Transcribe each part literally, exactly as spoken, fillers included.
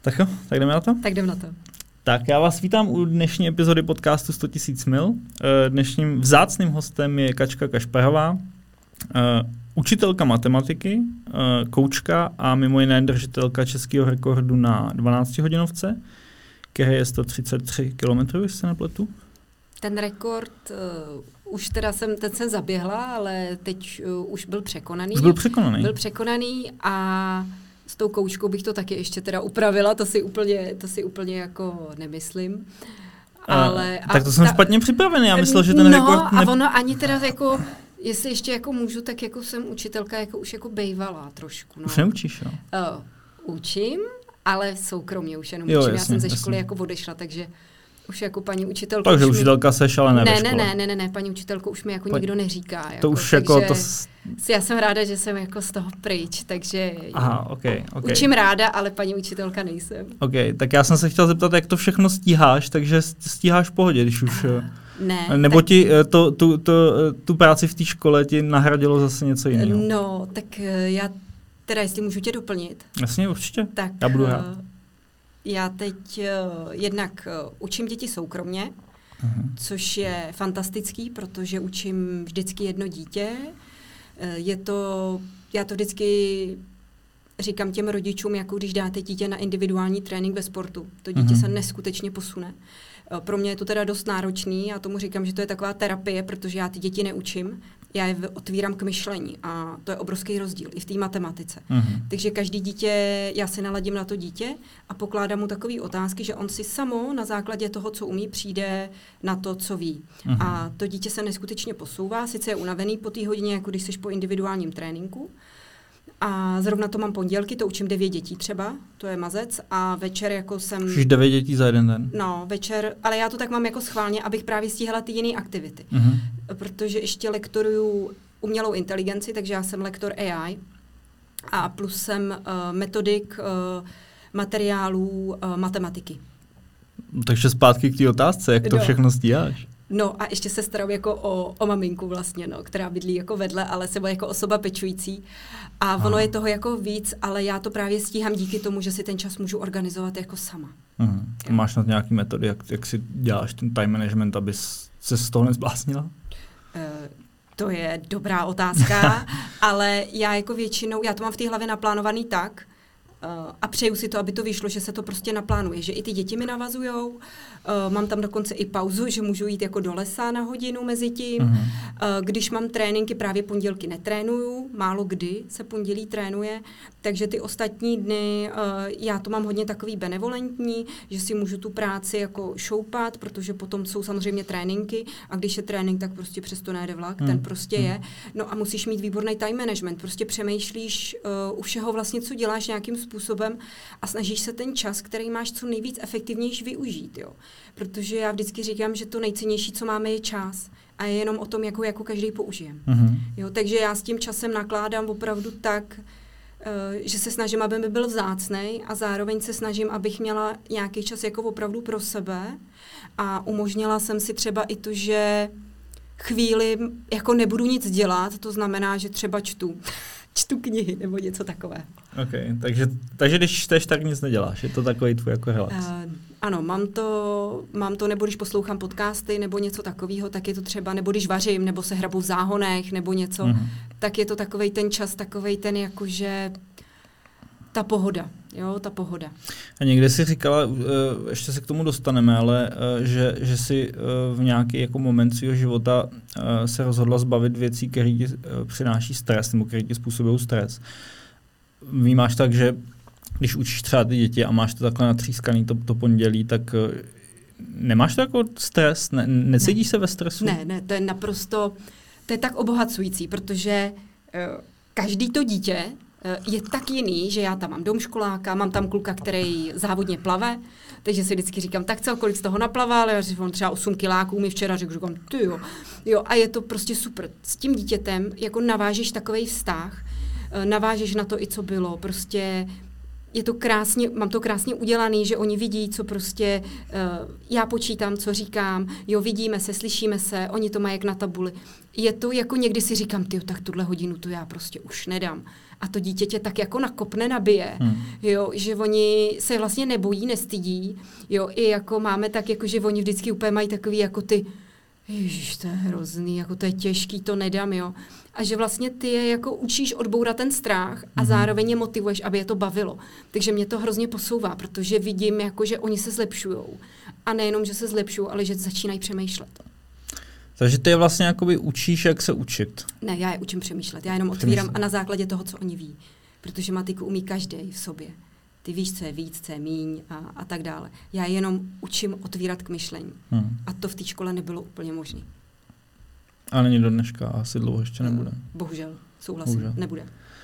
Tak jo, tak jdeme na to? Tak jdeme na to. Tak já vás vítám u dnešní epizody podcastu sto tisíc mil. Dnešním vzácným hostem je Kačka Kašparová, učitelka matematiky, koučka a mimo jiné držitelka českého rekordu na dvanáctihodinovce, který je sto třicet tři kilometrů, jestli se nepletu. Ten rekord uh, už teda jsem, ten jsem zaběhla, ale teď uh, už byl překonaný. Už byl překonaný. Byl překonaný a s tou koučkou bych to taky ještě teda upravila, to si úplně, to si úplně jako nemyslím. Ale, a, tak to jsem ta, špatně připravený, já myslel, že ten no, rekord... No ne... a ono ani teda jako, jestli ještě jako můžu, tak jako jsem učitelka jako už jako bejvala trošku. No. Už neučíš, jo? Uh, učím, ale soukromně už jenom jo, učím. Jasně, já jsem ze jasně. školy jako odešla, takže už jako paní učitelka... Takže učitelka mi... seš, ale ne ne, ve škole. Ne, ne, ne, ne, paní učitelko už mi jako pa... nikdo neříká. To jako, už jako... To... Já jsem ráda, že jsem jako z toho pryč, takže... Aha, okay, okay. Učím ráda, ale paní učitelka nejsem. Ok, tak já jsem se chtěl zeptat, jak to všechno stíháš, takže stíháš v pohodě, když už... Ne. Nebo tak... ti to, tu, to, tu práci v té škole ti nahradilo zase něco jiného? No, tak já teda, jestli můžu tě doplnit. Jasně, určitě. Tak, já budu rád. Já teď uh, jednak uh, učím děti soukromně, uh-huh. což je fantastický, protože učím vždycky jedno dítě. Uh, je to, já to vždycky říkám těm rodičům, jako když dáte dítě na individuální trénink ve sportu. To dítě uh-huh. se neskutečně posune. Uh, pro mě je to teda dost náročný, já tomu říkám, že to je taková terapie, protože já ty děti neučím, já je otvírám k myšlení a to je obrovský rozdíl i v té matematice. Uh-huh. Takže každý dítě, já si naladím na to dítě a pokládám mu takové otázky, že on si samo na základě toho, co umí, přijde na to, co ví. Uh-huh. A to dítě se neskutečně posouvá, sice je unavený po té hodině, jako když jsi po individuálním tréninku. A zrovna to mám pondělky, to učím devět dětí třeba, to je mazec, a večer jako jsem... Už devět dětí za jeden den. No, večer, ale já to tak mám jako schválně, abych právě stíhala ty jiné aktivity. Uh-huh. Protože ještě lektoruju umělou inteligenci, takže já jsem lektor A I a plus jsem uh, metodik uh, materiálů uh, matematiky. Takže zpátky k té otázce, jak to no. všechno stíháš? No a ještě se starám jako o, o maminku vlastně, no, která bydlí jako vedle, ale jsem jako osoba pečující. A ono Aha. je toho jako víc, ale já to právě stíhám díky tomu, že si ten čas můžu organizovat jako sama. Uh-huh. Máš na nějaký metody, jak, jak si děláš ten time management, aby se z toho nezbláznila? Uh, to je dobrá otázka, ale já jako většinou, já to mám v té hlavě naplánovaný tak, Uh, a přeju si to, aby to vyšlo, že se to prostě naplánuje, že i ty děti mi navazujou, uh, mám tam dokonce i pauzu, že můžu jít jako do lesa na hodinu mezi tím, uh-huh. uh, když mám tréninky, právě pondělky netrénuju, málo kdy se pondělí trénuje, takže ty ostatní dny, uh, já to mám hodně takový benevolentní, že si můžu tu práci jako šoupat, protože potom jsou samozřejmě tréninky a když je trénink, tak prostě přesto nejde vlak, uh-huh. ten prostě je. No a musíš mít výborný time management, prostě přemýšlíš uh, u všeho vlastně, co děláš nějakým způsobem a snažíš se ten čas, který máš co nejvíc efektivnější využít, jo. Protože já vždycky říkám, že to nejcennější, co máme, je čas a je jenom o tom, jak ho jako každý použijeme. Mm-hmm. Jo, takže já s tím časem nakládám opravdu tak, uh, že se snažím, aby mi byl vzácnej a zároveň se snažím, abych měla nějaký čas jako opravdu pro sebe a umožnila jsem si třeba i to, že chvíli jako nebudu nic dělat, to znamená, že třeba čtu. čtu knihy nebo něco takové. Okay, takže, takže když čteš, tak nic neděláš. Je to takový tvůj jako relax. Uh, ano, mám to, mám to, nebo když poslouchám podcasty nebo něco takového, tak je to třeba, nebo když vařím, nebo se hrabu v záhonech, nebo něco, uh-huh. tak je to takovej ten čas, takovej ten jakože ta pohoda, jo, ta pohoda. A někde jsi říkala, uh, ještě se k tomu dostaneme, ale uh, že, že jsi uh, v nějaký jako moment svého života uh, se rozhodla zbavit věcí, které ti uh, přináší stres, nebo které ti způsobují stres. Vnímáš tak, že když učíš třeba ty děti a máš to takhle natřískaný to, to pondělí, tak uh, nemáš to jako stres? Ne, necítíš ne. se ve stresu? Ne, ne, to je naprosto, to je tak obohacující, protože uh, každý to dítě je tak jiný, že já tam mám domškoláka, mám tam kluka, který závodně plave, takže si vždycky říkám, tak co, kolik z toho naplaval, já říkám třeba osm kiláků, mi včera řekl, říkám, ty jo. jo. A je to prostě super. S tím dítětem jako navážeš takovej vztah, navážeš na to i co bylo, prostě je to krásně, mám to krásně udělaný, že oni vidí, co prostě uh, já počítám, co říkám, jo, vidíme se, slyšíme se, oni to mají jak na tabuli. Je to jako někdy si říkám, tyjo, tak tuhle hodinu to já prostě už nedám. A to dítě tě tak jako nakopne, nabije, hmm. jo, že oni se vlastně nebojí, nestydí, jo, i jako máme tak, jako že oni vždycky úplně mají takový jako ty, ježiš, to je hrozný, jako to je těžký, to nedám, jo. A že vlastně ty je jako učíš odbourat ten strach a hmm. zároveň je motivuješ, aby je to bavilo. Takže mě to hrozně posouvá, protože vidím, jako, že oni se zlepšujou. A nejenom, že se zlepšují, ale že začínají přemýšlet. Takže ty je vlastně jakoby učíš, jak se učit. Ne, já je učím přemýšlet. Já jenom otvírám a na základě toho, co oni ví. Protože matiku umí každý v sobě. Ty víš, co je víc, co je míň a, a tak dále. Já je jenom učím otvírat k myšlení. Hmm. A to v té škole nebylo úplně možné. A není do dneška, asi dlouho ještě nebude. Bohužel, souhlasím, Bohužel. nebude.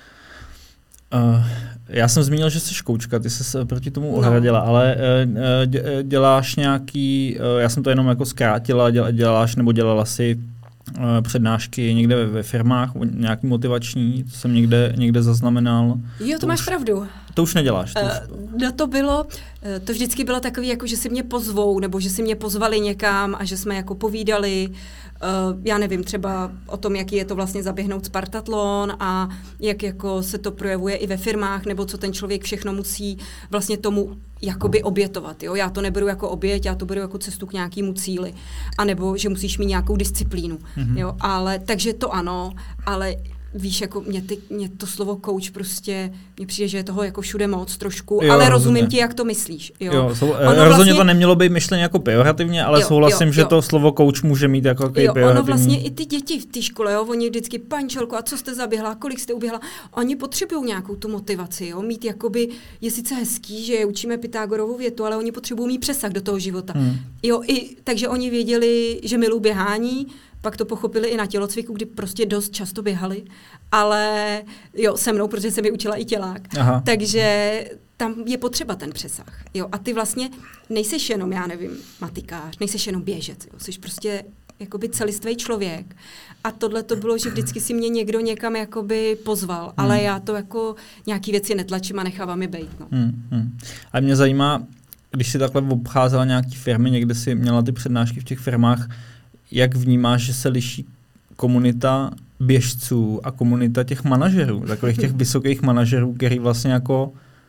Uh, já jsem zmínil, že jsi koučka, ty jsi se proti tomu ohradila, no. ale uh, děláš nějaký, uh, já jsem to jenom jako zkrátila, děl, děláš nebo dělala si uh, přednášky někde ve, ve firmách, nějaký motivační, to jsem někde, někde zaznamenal. Jo, to, to máš už, pravdu. To už neděláš. To, uh, už... no to bylo, to vždycky bylo takový, jako že si mě pozvou, nebo že si mě pozvali někam a že jsme jako povídali. Uh, já nevím, třeba o tom, jaký je to vlastně zaběhnout Spartatlon a jak jako se to projevuje i ve firmách, nebo co ten člověk všechno musí vlastně tomu jakoby obětovat. Jo? Já to neberu jako oběť, já to beru jako cestu k nějakému cíli. A nebo, že musíš mít nějakou disciplínu. Mm-hmm. Jo? Ale, takže to ano, ale víš, jako mě, ty, mě to slovo coach prostě, mně přijde, že je toho jako všude moc trošku, jo, ale rozumím rozumím ti, jak to myslíš. Jo, jo sou, rozhodně vlastně, to nemělo být myšleno jako pejorativně, ale jo, souhlasím, jo, že jo. to slovo coach může mít jako pejorativní. Ono vlastně i ty děti v té škole, jo, oni vždycky, pančelko, a co jste zaběhla, kolik jste uběhla, oni potřebují nějakou tu motivaci, jo, mít jakoby, je sice hezký, že je učíme Pythagorovou větu, ale oni potřebují mít přesah do toho života. Hmm. Jo, i, takže oni věděli, že milují běhání, pak to pochopili i na tělocviku, kdy prostě dost často běhali, ale jo, se mnou, protože jsem je učila i tělák. Aha. Takže tam je potřeba ten přesah. Jo, a ty vlastně nejseš jenom, já nevím, matikář, nejseš jenom běžec, jo, jsi prostě jakoby celistvý člověk. A tohle to bylo, že vždycky si mě někdo někam jakoby pozval, hmm. ale já to jako nějaký věci netlačím a nechávám je bejt. No. Hmm, hmm. A mě zajímá, když jsi takhle obcházela nějaký firmy, někde si měla ty přednášky v těch firmách, jak vnímáš, že se liší komunita běžců a komunita těch manažerů, takových těch vysokých manažerů, který vlastně jako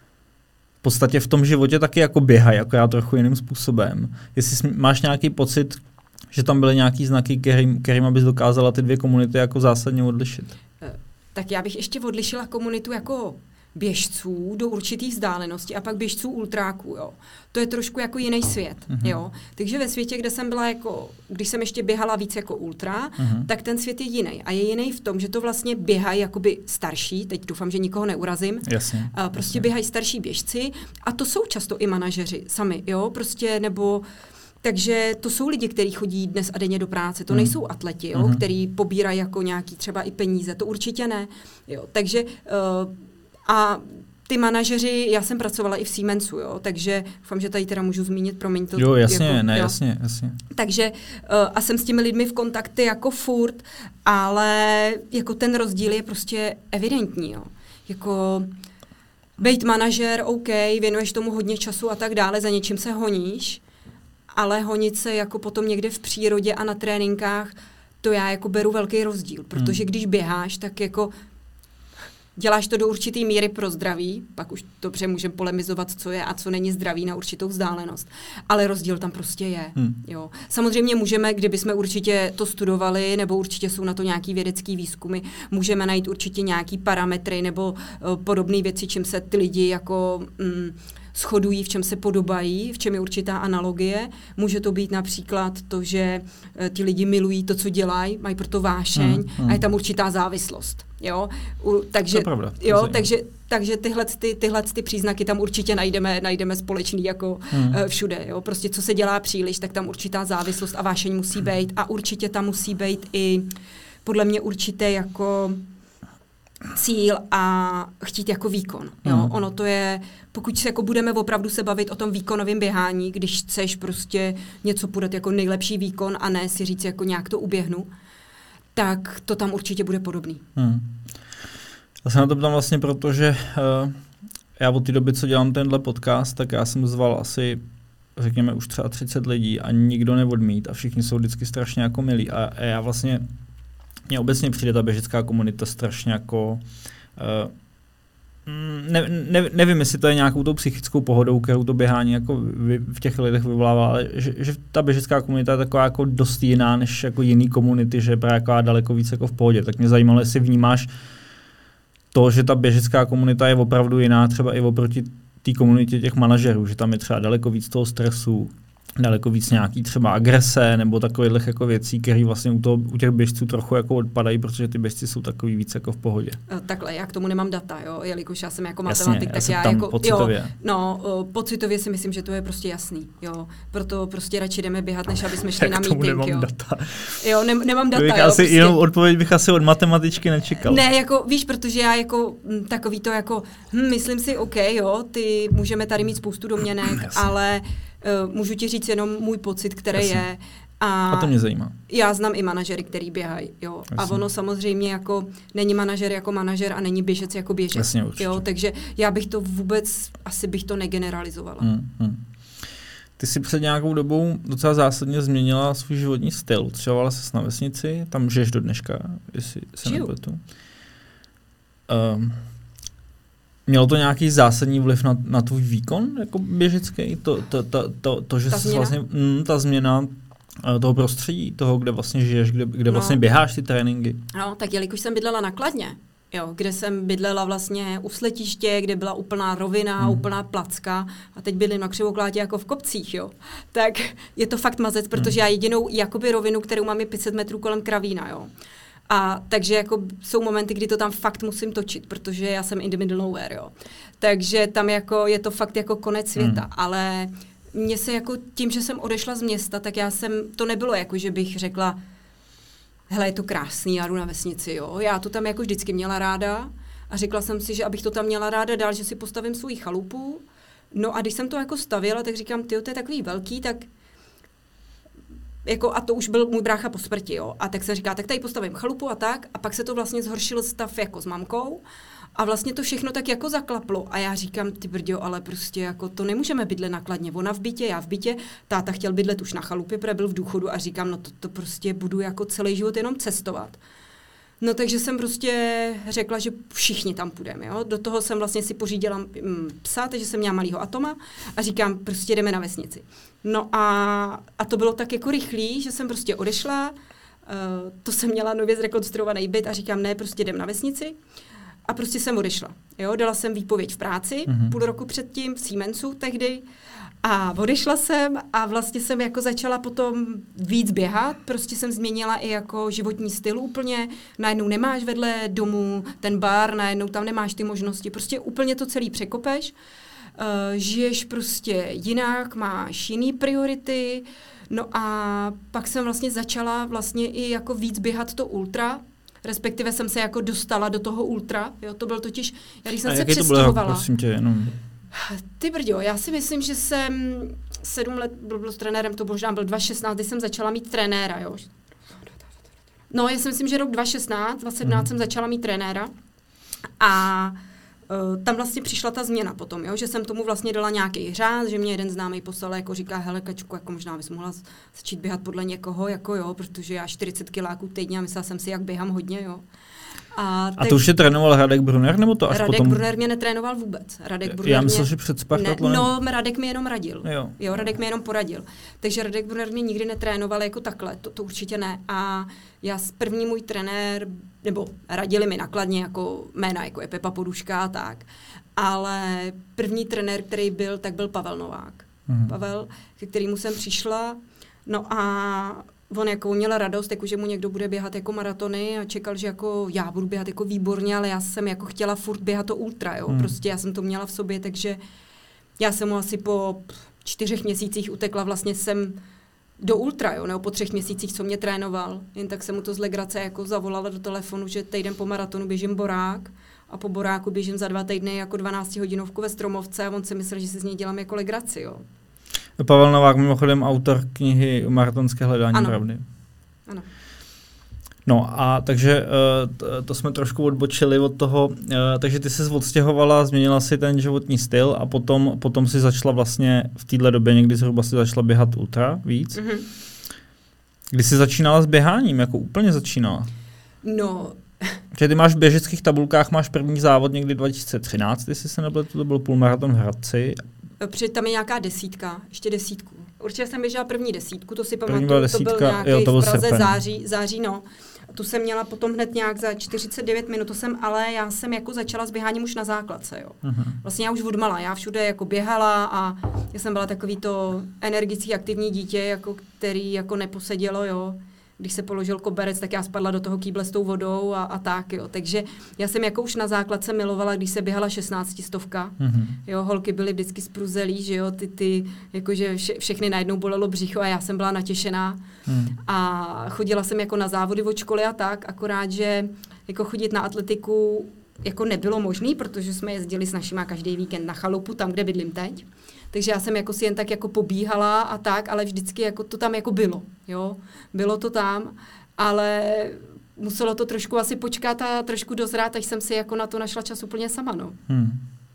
v podstatě v tom životě taky jako běhají, akorát trochu jiným způsobem. Jestli máš nějaký pocit, že tam byly nějaký znaky, kterým, kterým bys dokázala ty dvě komunity jako zásadně odlišit? Tak já bych ještě odlišila komunitu jako běžců do určitých vzdálenosti a pak běžců ultráků, jo. To je trošku jako jiný svět, uh-huh. jo. Takže ve světě, kde jsem byla jako, když jsem ještě běhala víc jako ultra, uh-huh. tak ten svět je jiný. A je jiný v tom, že to vlastně běhají jakoby starší, teď doufám, že nikoho neurazím, jasně, a prostě jasně. běhají starší běžci a to jsou často i manažeři sami, jo, prostě nebo takže to jsou lidi, kteří chodí dnes a denně do práce. To mm. nejsou atleti, jo, mm. který pobírají jako nějaký třeba i peníze. To určitě ne. Jo, takže uh, a ty manažeři, já jsem pracovala i v Siemensu, jo, takže doufám, že tady teda můžu zmínit, promiň to. Jo, jasně, jako, ne, jo. jasně, jasně. Takže uh, a jsem s těmi lidmi v kontakty jako furt, ale jako ten rozdíl je prostě evidentní, jo. Jako bejt manažer, OK, věnuješ tomu hodně času a tak dále, za něčím se honíš, ale honit se jako potom někde v přírodě a na tréninkách, to já jako beru velký rozdíl, protože hmm. když běháš, tak jako děláš to do určitý míry pro zdraví, pak už dobře můžeme polemizovat, co je a co není zdraví na určitou vzdálenost, ale rozdíl tam prostě je. Hmm. Jo. Samozřejmě můžeme, kdybychom určitě to studovali, nebo určitě jsou na to nějaký vědecký výzkumy, můžeme najít určitě nějaký parametry nebo uh, podobné věci, čím se ty lidi jako mm, shodují, v čem se podobají, v čem je určitá analogie. Může to být například to, že uh, ti lidi milují to, co dělají, mají proto vášeň hmm, hmm. a je tam určitá závislost. Jo? U, takže, pravda, jo, takže, takže tyhle, ty, tyhle ty příznaky tam určitě najdeme, najdeme společný jako hmm. uh, všude. Jo? Prostě co se dělá příliš, tak tam určitá závislost a vášeň musí být a určitě tam musí být i podle mě určité jako cíl a chtít jako výkon. Jo? Hmm. Ono to je, pokud se jako budeme opravdu se bavit o tom výkonovém běhání, když chceš prostě něco podat jako nejlepší výkon a ne si říct jako nějak to uběhnu, tak to tam určitě bude podobný. Hmm. Já se na to ptám vlastně proto, že uh, já od té doby, co dělám tenhle podcast, tak já jsem zval asi, řekněme, už třeba třicet lidí a nikdo neodmít a všichni jsou vždycky strašně jako milí. A, a já vlastně, mně obecně přijde ta běžecká komunita strašně jako... Uh, Ne, ne, nevím, jestli to je nějakou tou psychickou pohodou, kterou to běhání jako vy, v těch lidech vyvolává, ale že, že ta běžecká komunita je taková jako dost jiná než jako jiný komunity, že je právě jako daleko víc jako v pohodě. Tak mě zajímalo, jestli vnímáš to, že ta běžecká komunita je opravdu jiná třeba i oproti té komunitě těch manažerů, že tam je třeba daleko víc toho stresu, daleko víc nějaký třeba agrese nebo takových jako věcí, které vlastně u, toho, u těch běžců trochu jako odpadají, protože ty běžci jsou takový víc jako v pohodě. Takhle, já k tomu nemám data, jo, jelikož já jsem jako Jasně, matematik, já tak jsem já tam jako pocitově. Jo, no, pocitově si myslím, že to je prostě jasný, jo. Proto prostě radši jdeme běhat, než aby jsme šli na meeting, nemám jo. Data. Jo, ne, nemám data, bych jo. Asi, prostě. Jenom odpověď bych asi od matematičky nečekal. Ne, jako víš, protože já jako m, takový to jako, hm, myslím si, OK, jo, ty můžeme tady mít spoustu domněnek, ale uh, můžu ti říct jenom můj pocit, který Jasně. je. A, a to mě zajímá. Já znám i manažery, který běhají, jo. Jasně. A ono samozřejmě jako není manažer jako manažer a není běžec jako běžec. Jasně, určitě. Jo, takže já bych to vůbec, asi bych to negeneralizovala. Hmm, hmm. Ty jsi před nějakou dobou docela zásadně změnila svůj životní styl. Třeba ses na vesnici, tam žiješ do dneška, jestli se nepletu. Um, Mělo to nějaký zásadní vliv na, na tvůj výkon jako běžecký? To, to, to, to, to že jsi vlastně, mm, ta změna toho prostředí, toho, kde vlastně žiješ, kde, kde no. vlastně běháš ty tréninky? No, tak jelikož jsem bydlela na Kladně, jo, kde jsem bydlela vlastně u sletiště, kde byla úplná rovina, hmm. úplná placka a teď bydlím na Křivoklátě jako v kopcích, jo. Tak je to fakt mazec, protože hmm. já jedinou jakoby rovinu, kterou mám, je pět set metrů kolem Kravína, jo. A takže jako jsou momenty, kdy to tam fakt musím točit, protože já jsem in the middle nowhere, jo. Takže tam jako je to fakt jako konec světa, hmm. ale mně se jako tím, že jsem odešla z města, tak já jsem, to nebylo jako, že bych řekla, hele, je to krásný, já jdu na vesnici, jo. Já to tam jako vždycky měla ráda a řekla jsem si, že abych to tam měla ráda dál, že si postavím svou chalupu. No a když jsem to jako stavěla, tak říkám, tyjo, to je takový velký, tak jako, a to už byl můj brácha po smrti, jo. A tak jsem říkala, tak tady postavím chalupu a tak. A pak se to vlastně zhoršil stav jako s mamkou. A vlastně to všechno tak jako zaklaplo. A já říkám, ty brďo, ale prostě jako to nemůžeme bydlet na Kladně. Ona v bytě, já v bytě. Táta chtěl bydlet už na chalupě, protože byl v důchodu a říkám, no to, to prostě budu jako celý život jenom cestovat. No takže jsem prostě řekla, že všichni tam půjdeme, jo. Do toho jsem vlastně si pořídila mm, psa, takže jsem měla malýho Atoma a říkám, prostě jdeme na vesnici. No a, a to bylo tak jako rychlý, že jsem prostě odešla, uh, to jsem měla nově zrekonstruovaný byt a říkám, ne, prostě jdem na vesnici. A prostě jsem odešla, jo. Dala jsem výpověď v práci, mm-hmm. půl roku předtím v Siemensu tehdy. A odešla jsem a vlastně jsem jako začala potom víc běhat, prostě jsem změnila i jako životní styl úplně, najednou nemáš vedle domu ten bar, najednou tam nemáš ty možnosti, prostě úplně to celý překopeš, uh, žiješ prostě jinak, máš jiný priority, no a pak jsem vlastně začala vlastně i jako víc běhat to ultra, respektive jsem se jako dostala do toho ultra, jo, to byl totiž, já když jsem a se jaký přestěhovala. To bylo, prosím tě, jenom... Ty brďo, já si myslím, že jsem sedm let byl, byl s trenérem, to možná byl dva tisíce šestnáct, kdy jsem začala mít trenéra, jo. No, já si myslím, že rok dva tisíce šestnáct, dva tisíce sedmnáct mm. jsem začala mít trenéra a uh, tam vlastně přišla ta změna potom, jo, že jsem tomu vlastně dala nějaký řád, že mě jeden známý poslal, jako říká, hele Kačku, jako možná bys mohla začít běhat podle někoho, jako jo, protože já čtyřicet kiláků týdně a myslela jsem si, jak běhám hodně, jo. A, a to už je trénoval Radek Brunner, nebo to až Radek potom? Radek Brunner mě netrénoval vůbec. Radek Brunner Já myslím, mě... že před Spartatlonem. Ne, no, Radek mi jenom radil. Jo. jo, Radek mi jenom poradil. Takže Radek Brunner mě nikdy netrénoval jako takhle, to, to určitě ne. A já první můj trenér, nebo radili mi nakladně jako jména, jako je Pepa Poduška a tak. Ale první trenér, který byl, tak byl Pavel Novák. Mhm. Pavel, ke kterému jsem přišla. No a on jako měl radost, jako, že mu někdo bude běhat jako maratony a čekal, že jako já budu běhat jako výborně, ale já jsem jako chtěla furt běhat to ultra, jo. Hmm. Prostě já jsem to měla v sobě, takže já jsem mu asi po čtyřech měsících utekla vlastně jsem do ultra, jo, nebo po třech měsících, co mě trénoval. Jen tak jsem mu to z legrace jako zavolala do telefonu, že týden po maratonu běžím borák a po boráku běžím za dva týdny jako dvanáctihodinovku ve Stromovce a on si myslel, že si z něj dělám jako legraci, jo. Pavel Novák, mimochodem autor knihy Maratonské hledání ano. pravdy. Ano. No a takže to, to jsme trošku odbočili od toho, takže ty jsi odstěhovala, změnila si ten životní styl a potom, potom si začala vlastně v téhle době někdy zhruba si začala běhat ultra víc. Mm-hmm. Kdy jsi začínala s běháním, jako úplně začínala? No... Že ty máš v běžeckých tabulkách, máš první závod někdy dva tisíce třináct, jestli se nebyl, to byl půlmaraton v Hradci. Před tam je nějaká desítka, ještě desítku. Určitě jsem běžela první desítku, to si pamatuju, to byl nějaký jo, to byl v Praze srpen. září, září, no. Tu jsem měla potom hned nějak za čtyřicet devět minut, to jsem, ale já jsem jako začala s běháním už na základce, jo. Uh-huh. Vlastně já už odmala, já všude jako běhala a já jsem byla takový to energický, aktivní dítě, jako který jako neposedělo, jo. Když se položil koberec, tak já spadla do toho kýble s tou vodou a, a tak, jo. Takže já jsem jako už na základce milovala, když se běhala šestnáctistovka. Mm-hmm. Jo, holky byly vždycky spruzelí, že jo, ty, ty, jakože vše, všechny najednou bolelo břicho a já jsem byla natěšená. Mm. A chodila jsem jako na závody od školy a tak, akorát, že jako chodit na atletiku jako nebylo možný, protože jsme jezdili s našima každý víkend na chalupu, tam, kde bydlím teď. Takže já jsem jako si jen tak jako pobíhala a tak, ale vždycky jako to tam jako bylo, jo. Bylo to tam, ale muselo to trošku asi počkat a trošku dozrát, až jsem si jako na to našla čas úplně sama, no. Hmm.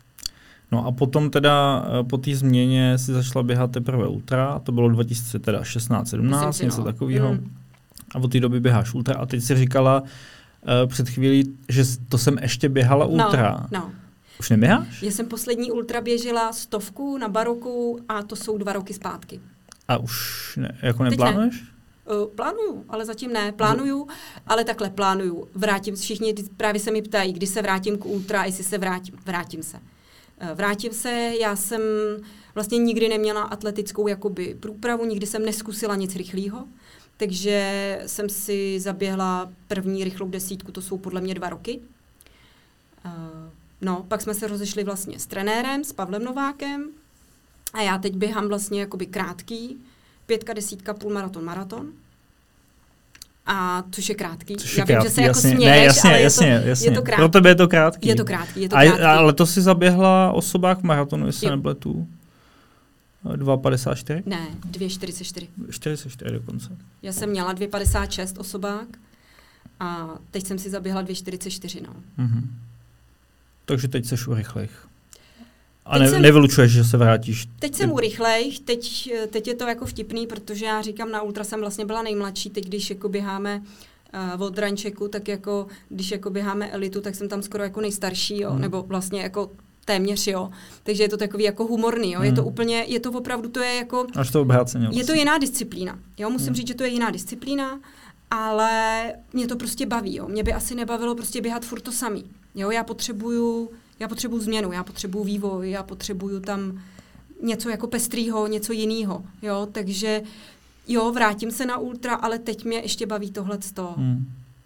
No a potom teda po té změně si začala běhat teprve ultra, to bylo dva tisíce šestnáct sedmnáct, si, něco no. takového. Hmm. A od té doby běháš ultra a teď si říkala uh, před chvílí, že to jsem ještě běhala ultra. No, no. Už neběháš? Já jsem poslední ultra běžela stovku na Baroku a to jsou dva roky zpátky. A už ne, jako neplánuješ? Ne. Uh, plánuju, ale zatím ne. Plánuju, ale takhle plánuju. Vrátím, všichni právě se mi ptají, kdy se vrátím k ultra, jestli se vrátím. Vrátím se. Uh, vrátím se, já jsem vlastně nikdy neměla atletickou jakoby průpravu, nikdy jsem neskusila nic rychlého, takže jsem si zaběhla první rychlou desítku, to jsou podle mě dva roky. Uh, No, pak jsme se rozešli vlastně s trenérem, s Pavlem Novákem a já teď běhám vlastně jakoby krátký, pětka, desítka, půlmaraton, maraton. A což je krátký. Což je já krátký, vím, že se jasně. jako směješ, ne, jasně, ale je, jasně, to, jasně. je to krátký. Pro tebe je to krátký. Je to krátký, je to krátký. A, ale to si zaběhla osobák v maratonu, jestli se nepletu. dva padesát čtyři? Ne, dvě čtyřicet čtyři. čtyřicet čtyři dokonce. Já jsem měla dvě padesát šest osobák a teď jsem si zaběhla dvě čtyřicet čtyři, no. Mhm. Takže teď seš u rychlejch. A ne, jsem, nevylučuješ, že se vrátíš? Teď jsem u rychlejch, teď, teď je to jako vtipný, protože já říkám, na ultra jsem vlastně byla nejmladší, teď když jako běháme uh, od rančeku, tak jako když jako běháme elitu, tak jsem tam skoro jako nejstarší, jo, hmm. nebo vlastně jako téměř, jo. Takže je to takový jako humorný, jo. Hmm. Je to úplně, je to opravdu, to je jako... Až to obráceně. Je to jiná disciplína, jo, musím hmm. říct, že to je jiná disciplína, ale mě to prostě baví, jo. Mě by asi nebavilo prostě běhat furt to samý, jo. Já potřebuju, já potřebuju změnu, já potřebuju vývoj, já potřebuju tam něco jako pestrýho, něco jinýho, jo. Takže jo, vrátím se na ultra, ale teď mě ještě baví tohleto. Hmm.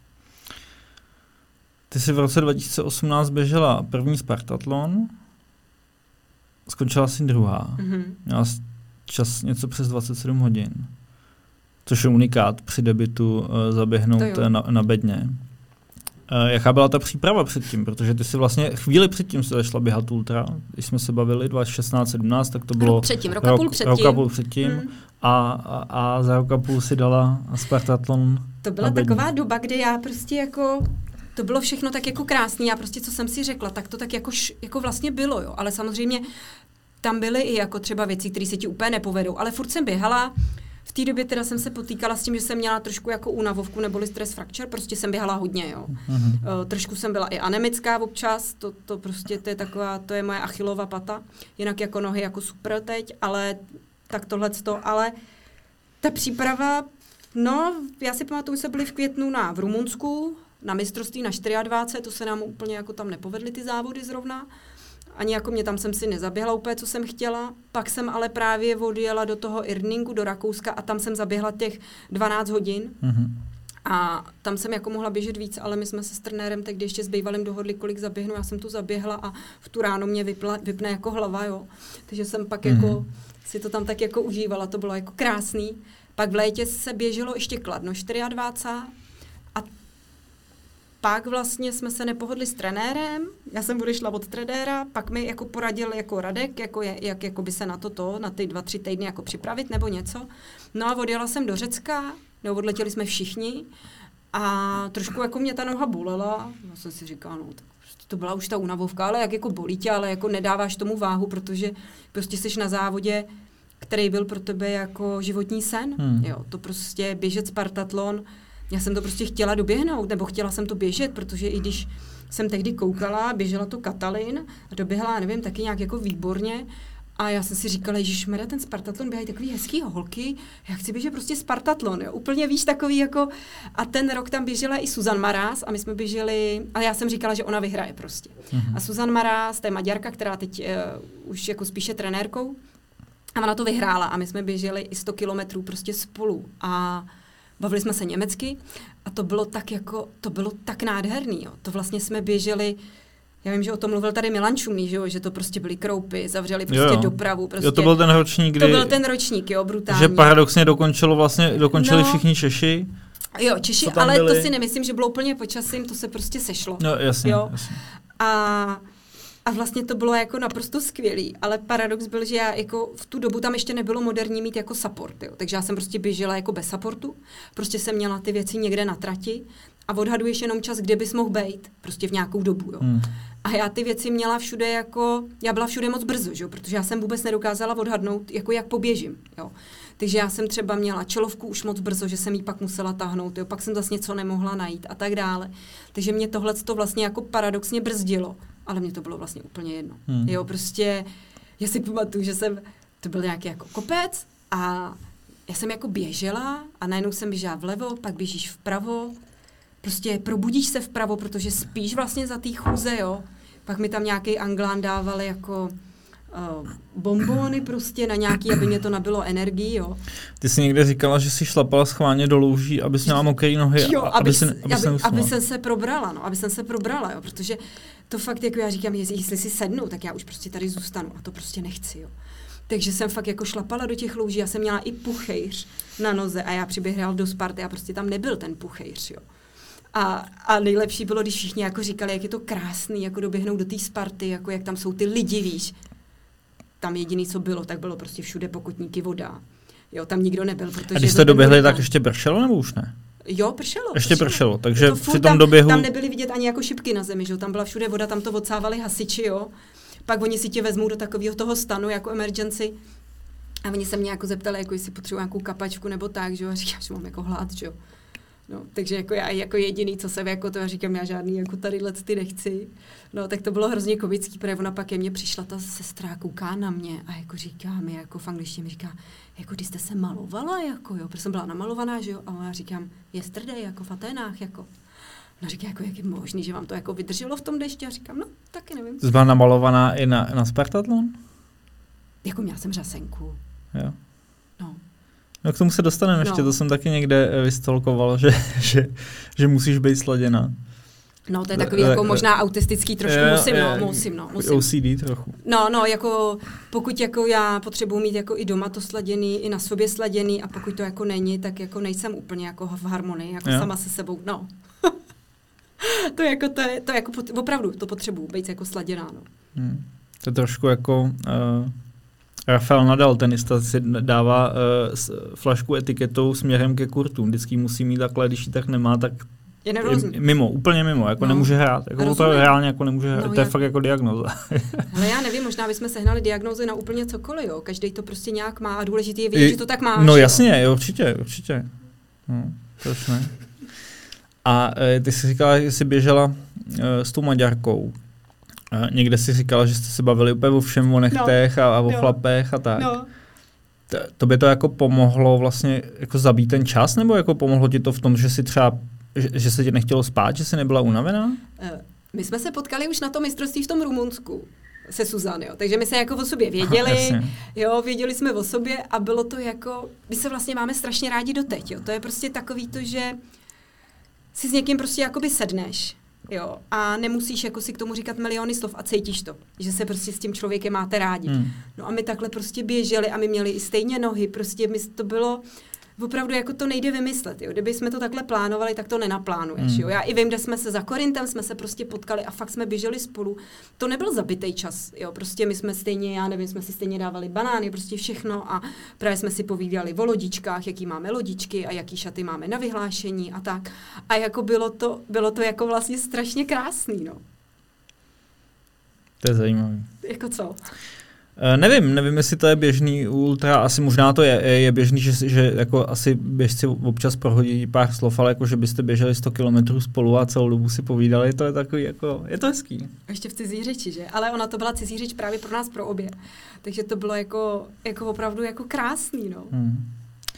Ty jsi v roce dva tisíce osmnáct běžela první Spartatlon, skončila jsi druhá. Mm-hmm. Měla čas něco přes dvacet sedm hodin, což je unikát při debutu uh, zaběhnout na, na bedně. Uh, jaká byla ta příprava předtím? Protože ty si vlastně chvíli předtím se začala běhat ultra. Když jsme se bavili dva tisíce šestnáct sedmnáct, tak to bylo předtím, rok a půl předtím. Rok a půl předtím. Hmm. A, a, a za rok a půl si dala Spartatlon. To byla taková doba, kdy já prostě jako... To bylo všechno tak jako krásný. Já prostě, co jsem si řekla, tak to tak jako, jako vlastně bylo, jo. Ale samozřejmě tam byly i jako třeba věci, které se ti úplně nepovedou. Ale furt jsem běhala. V té době teda jsem se potýkala s tím, že jsem měla trošku jako únavovku neboli stress fracture, prostě jsem běhala hodně, jo. Mm-hmm. Uh, trošku jsem byla i anemická občas, to, to prostě to je taková, to je moje achillova pata. Jinak jako nohy jako super teď, ale tak tohleto, ale ta příprava, no, já si pamatuju, jsme byli v květnu na, v Rumunsku, na mistrovství na dvacet čtyři, to se nám úplně jako tam nepovedly ty závody zrovna. Ani jako mě tam jsem si nezaběhla úplně, co jsem chtěla. Pak jsem ale právě odjela do toho Irningu, do Rakouska a tam jsem zaběhla těch dvanáct hodin. Mm-hmm. A tam jsem jako mohla běžet víc, ale my jsme se s trenérem tehdy ještě s bývalým dohodli, kolik zaběhnu. Já jsem tu zaběhla a v tu ráno mě vypla, vypne jako hlava, jo. Takže jsem pak mm-hmm. jako si to tam tak jako užívala, to bylo jako krásný. Pak v létě se běželo ještě Kladno dvacet čtyři a pak vlastně jsme se nepohodli s trenérem, já jsem odešla od trenéra, pak mi jako poradil jako Radek, jako je, jak jako by se na toto, na ty dva, tři týdny jako připravit nebo něco. No a odjela jsem do Řecka, nebo odletěli jsme všichni A trošku jako mě ta noha bolela, já jsem si říkala, no tak prostě to byla už ta únavovka, ale jak jako bolí tě, ale jako nedáváš tomu váhu, protože prostě jsi na závodě, který byl pro tebe jako životní sen, hmm. jo, to prostě běžet Spartatlon, já jsem to prostě chtěla doběhnout, nebo chtěla jsem to běžet, protože i když jsem tehdy koukala, běžela to Katalin a doběhla, nevím, taky nějak jako výborně. A já jsem si říkala, ježišmarja, ten Spartatlon běhají takový hezký holky, já chci běžet prostě Spartatlon, jo. Úplně víš, takový jako, a ten rok tam běžela i Zuzan Maráz a my jsme běželi, a já jsem říkala, že ona vyhraje prostě. Mm-hmm. A Zuzan Maráz, to je Maďarka, která teď uh, už jako spíše trenérkou, a ona to vyhrála a my jsme běželi i sto kilometrů prostě spolu a bavili jsme se německy a to bylo tak jako, to bylo tak nádherný, jo. To vlastně jsme běželi. Já vím, že o tom mluvil tady Milan Čumný, že, jo? Že to prostě byly kroupy, zavřeli prostě jo, dopravu. Prostě. Jo, to byl ten ročník, kdy... To byl ten ročník, jo, brutálně. Že paradoxně dokončilo vlastně, dokončili no, všichni Češi. Jo, Češi, ale byli. To si nemyslím, že bylo úplně počasím, to se prostě sešlo. No, jasně, jo? jasně. A, a vlastně to bylo jako naprosto skvělý, ale paradox byl, že já jako v tu dobu tam ještě nebylo moderní mít jako support, jo? Takže já jsem prostě běžela jako bez supportu, prostě jsem měla ty věci někde na trati a odhaduješ jenom čas, kde bys mohl být, prostě v nějakou dobu, jo. Hmm. A já ty věci měla všude jako, já byla všude moc brzo, že? Protože já jsem vůbec nedokázala odhadnout, jako jak poběžím, jo. Takže já jsem třeba měla čelovku už moc brzo, že jsem jí pak musela tahnout, jo. Pak jsem zase něco nemohla najít a tak dále. Takže mě tohle to vlastně jako paradoxně brzdilo, ale mě to bylo vlastně úplně jedno. Hmm. Jo, prostě, já si pamatuju, že jsem, to byl nějaký jako kopec a já jsem jako běžela a najednou jsem běžela vlevo, pak běžíš vpravo, prostě probudíš se vpravo, protože spíš vlastně za té chůze, jo. Pak mi tam nějaký Anglán dával jako uh, bonbony prostě na nějaký, aby mě to nabilo energii, jo. Ty jsi někde říkala, že jsi šlapala schválně do louží, abys měla mokrý nohy, jo, aby, aby, se, aby, aby, se aby jsem se probrala, no, aby jsem se probrala, jo, protože to fakt, jako já říkám, jestli si sednu, tak já už prostě tady zůstanu a to prostě nechci, jo. Takže jsem fakt jako šlapala do těch louží, já jsem měla i puchejř na noze a já přiběhla do Sparty a prostě tam nebyl ten puchejř, jo. A, a nejlepší bylo, když všichni jako říkali, jak je to krásný, jako doběhnout do té Sparty, jako jak tam jsou ty lidi, víš. Tam jediný, co bylo, tak bylo prostě všude pokutníky, voda. Jo, tam nikdo nebyl, protože... A když jste doběhli, tak ještě pršelo, nebo už ne? Jo, pršelo. Ještě pršelo, pršelo takže to při tom tam, doběhu... Tam nebyly vidět ani jako šipky na zemi, že jo, tam byla všude voda, tam to odsávali hasiči, jo. Pak oni si tě vezmou do takového toho stanu, jako emergency. A oni se mě jako zeptali, jako jestli potřebuji nějakou kapačku nebo tak, že jo, a říkám, že mám jako hlad, že jo. No, takže jako já jako jediný, co jsem jako to, já říkám, já žádný jako tadyhle ty nechci. No, tak to bylo hrozně komický, protože ona pak ke mně přišla ta sestra, kouká na mě a jako říká mi, jako v angličtině mi říká, jako když jste se malovala, jako jo, protože jsem byla namalovaná, že jo, a já říkám, yesterday, jako v Aténách, jako. No říká, jako jak je možný, že vám to jako vydrželo v tom dešti, a říkám, no, taky nevím. Jsi byla namalovaná i na, na Spartatlon? Jako měla jsem řasenku. Jo. No. No k tomu se dostaneme ještě, no. To jsem taky někde vystolkoval, že, že, že musíš být sladěná. No to je takový jako možná autistický trošku, je, musím, je, no, musím, no, musím. O C D trochu. No, no, jako pokud jako já potřebuji mít jako i doma to sladěný, i na sobě sladěný a pokud to jako není, tak jako nejsem úplně jako v harmonii, jako jo. Sama se sebou, no. to jako, to je, to jako opravdu, to potřebuji, být jako sladěná, no. Hmm. To je trošku jako... Uh... Rafael Nadal, tenista, si dává uh, flašku etiketou směrem ke kurtům. Vždycky musí mít takhle, když ji tak nemá, tak je, je mimo, úplně mimo, jako no. Nemůže hrát. Jako to reálně jako nemůže hrát. No, to je jak... fakt jako diagnóza. Ale já nevím, možná bychom sehnali diagnózy na úplně cokoliv, jo. Každý to prostě nějak má a důležité je vidět, I, že to tak máš. No jasně, jo, určitě, určitě. No, proč ne? A e, ty jsi říkala, že jsi běžela e, s tou Maďarkou. A někde si říkala, že jste se bavili úplně o všem, o nechtech no, a, a o no, chlapech a tak. No. To by to jako pomohlo vlastně jako zabít ten čas, nebo jako pomohlo ti to v tom, že si třeba, že, že se ti nechtělo spát, že jsi nebyla unavená? My jsme se potkali už na tom mistrovství v tom Rumunsku se Suzan, jo. Takže my se jako o sobě věděli, Aha, jo, věděli jsme o sobě a bylo to jako, my se vlastně máme strašně rádi doteď, jo. To je prostě takový to, že si s někým prostě jakoby sedneš, jo, a nemusíš jako si k tomu říkat miliony slov a cítíš to, že se prostě s tím člověkem máte rádi. Hmm. No a my takhle prostě běželi a my měli i stejně nohy, prostě my to bylo, opravdu jako to nejde vymyslet. Jo. Kdyby jsme to takhle plánovali, tak to nenaplánuješ. Mm. Jo. Já i vím, kde jsme se za Korintem, jsme se prostě potkali a fakt jsme běželi spolu. To nebyl zabitej čas. Jo. Prostě my jsme stejně, já nevím, jsme si stejně dávali banány, prostě všechno a právě jsme si povídali o lodičkách, jaký máme lodičky a jaký šaty máme na vyhlášení a tak. A jako bylo to, bylo to jako vlastně strašně krásný. No. To je zajímavé. Jako co? Uh, nevím, nevím, jestli to je běžný u ultra, asi možná to je, je běžný, že, že jako asi běžci občas prohodí pár slov, ale jako, že byste běželi sto kilometrů spolu a celou dobu si povídali, to je takový jako, je to hezký. Ještě v cizí řeči, že? Ale ona to byla cizí řeč právě pro nás, pro obě. Takže to bylo jako, jako opravdu jako krásný, no. Hmm.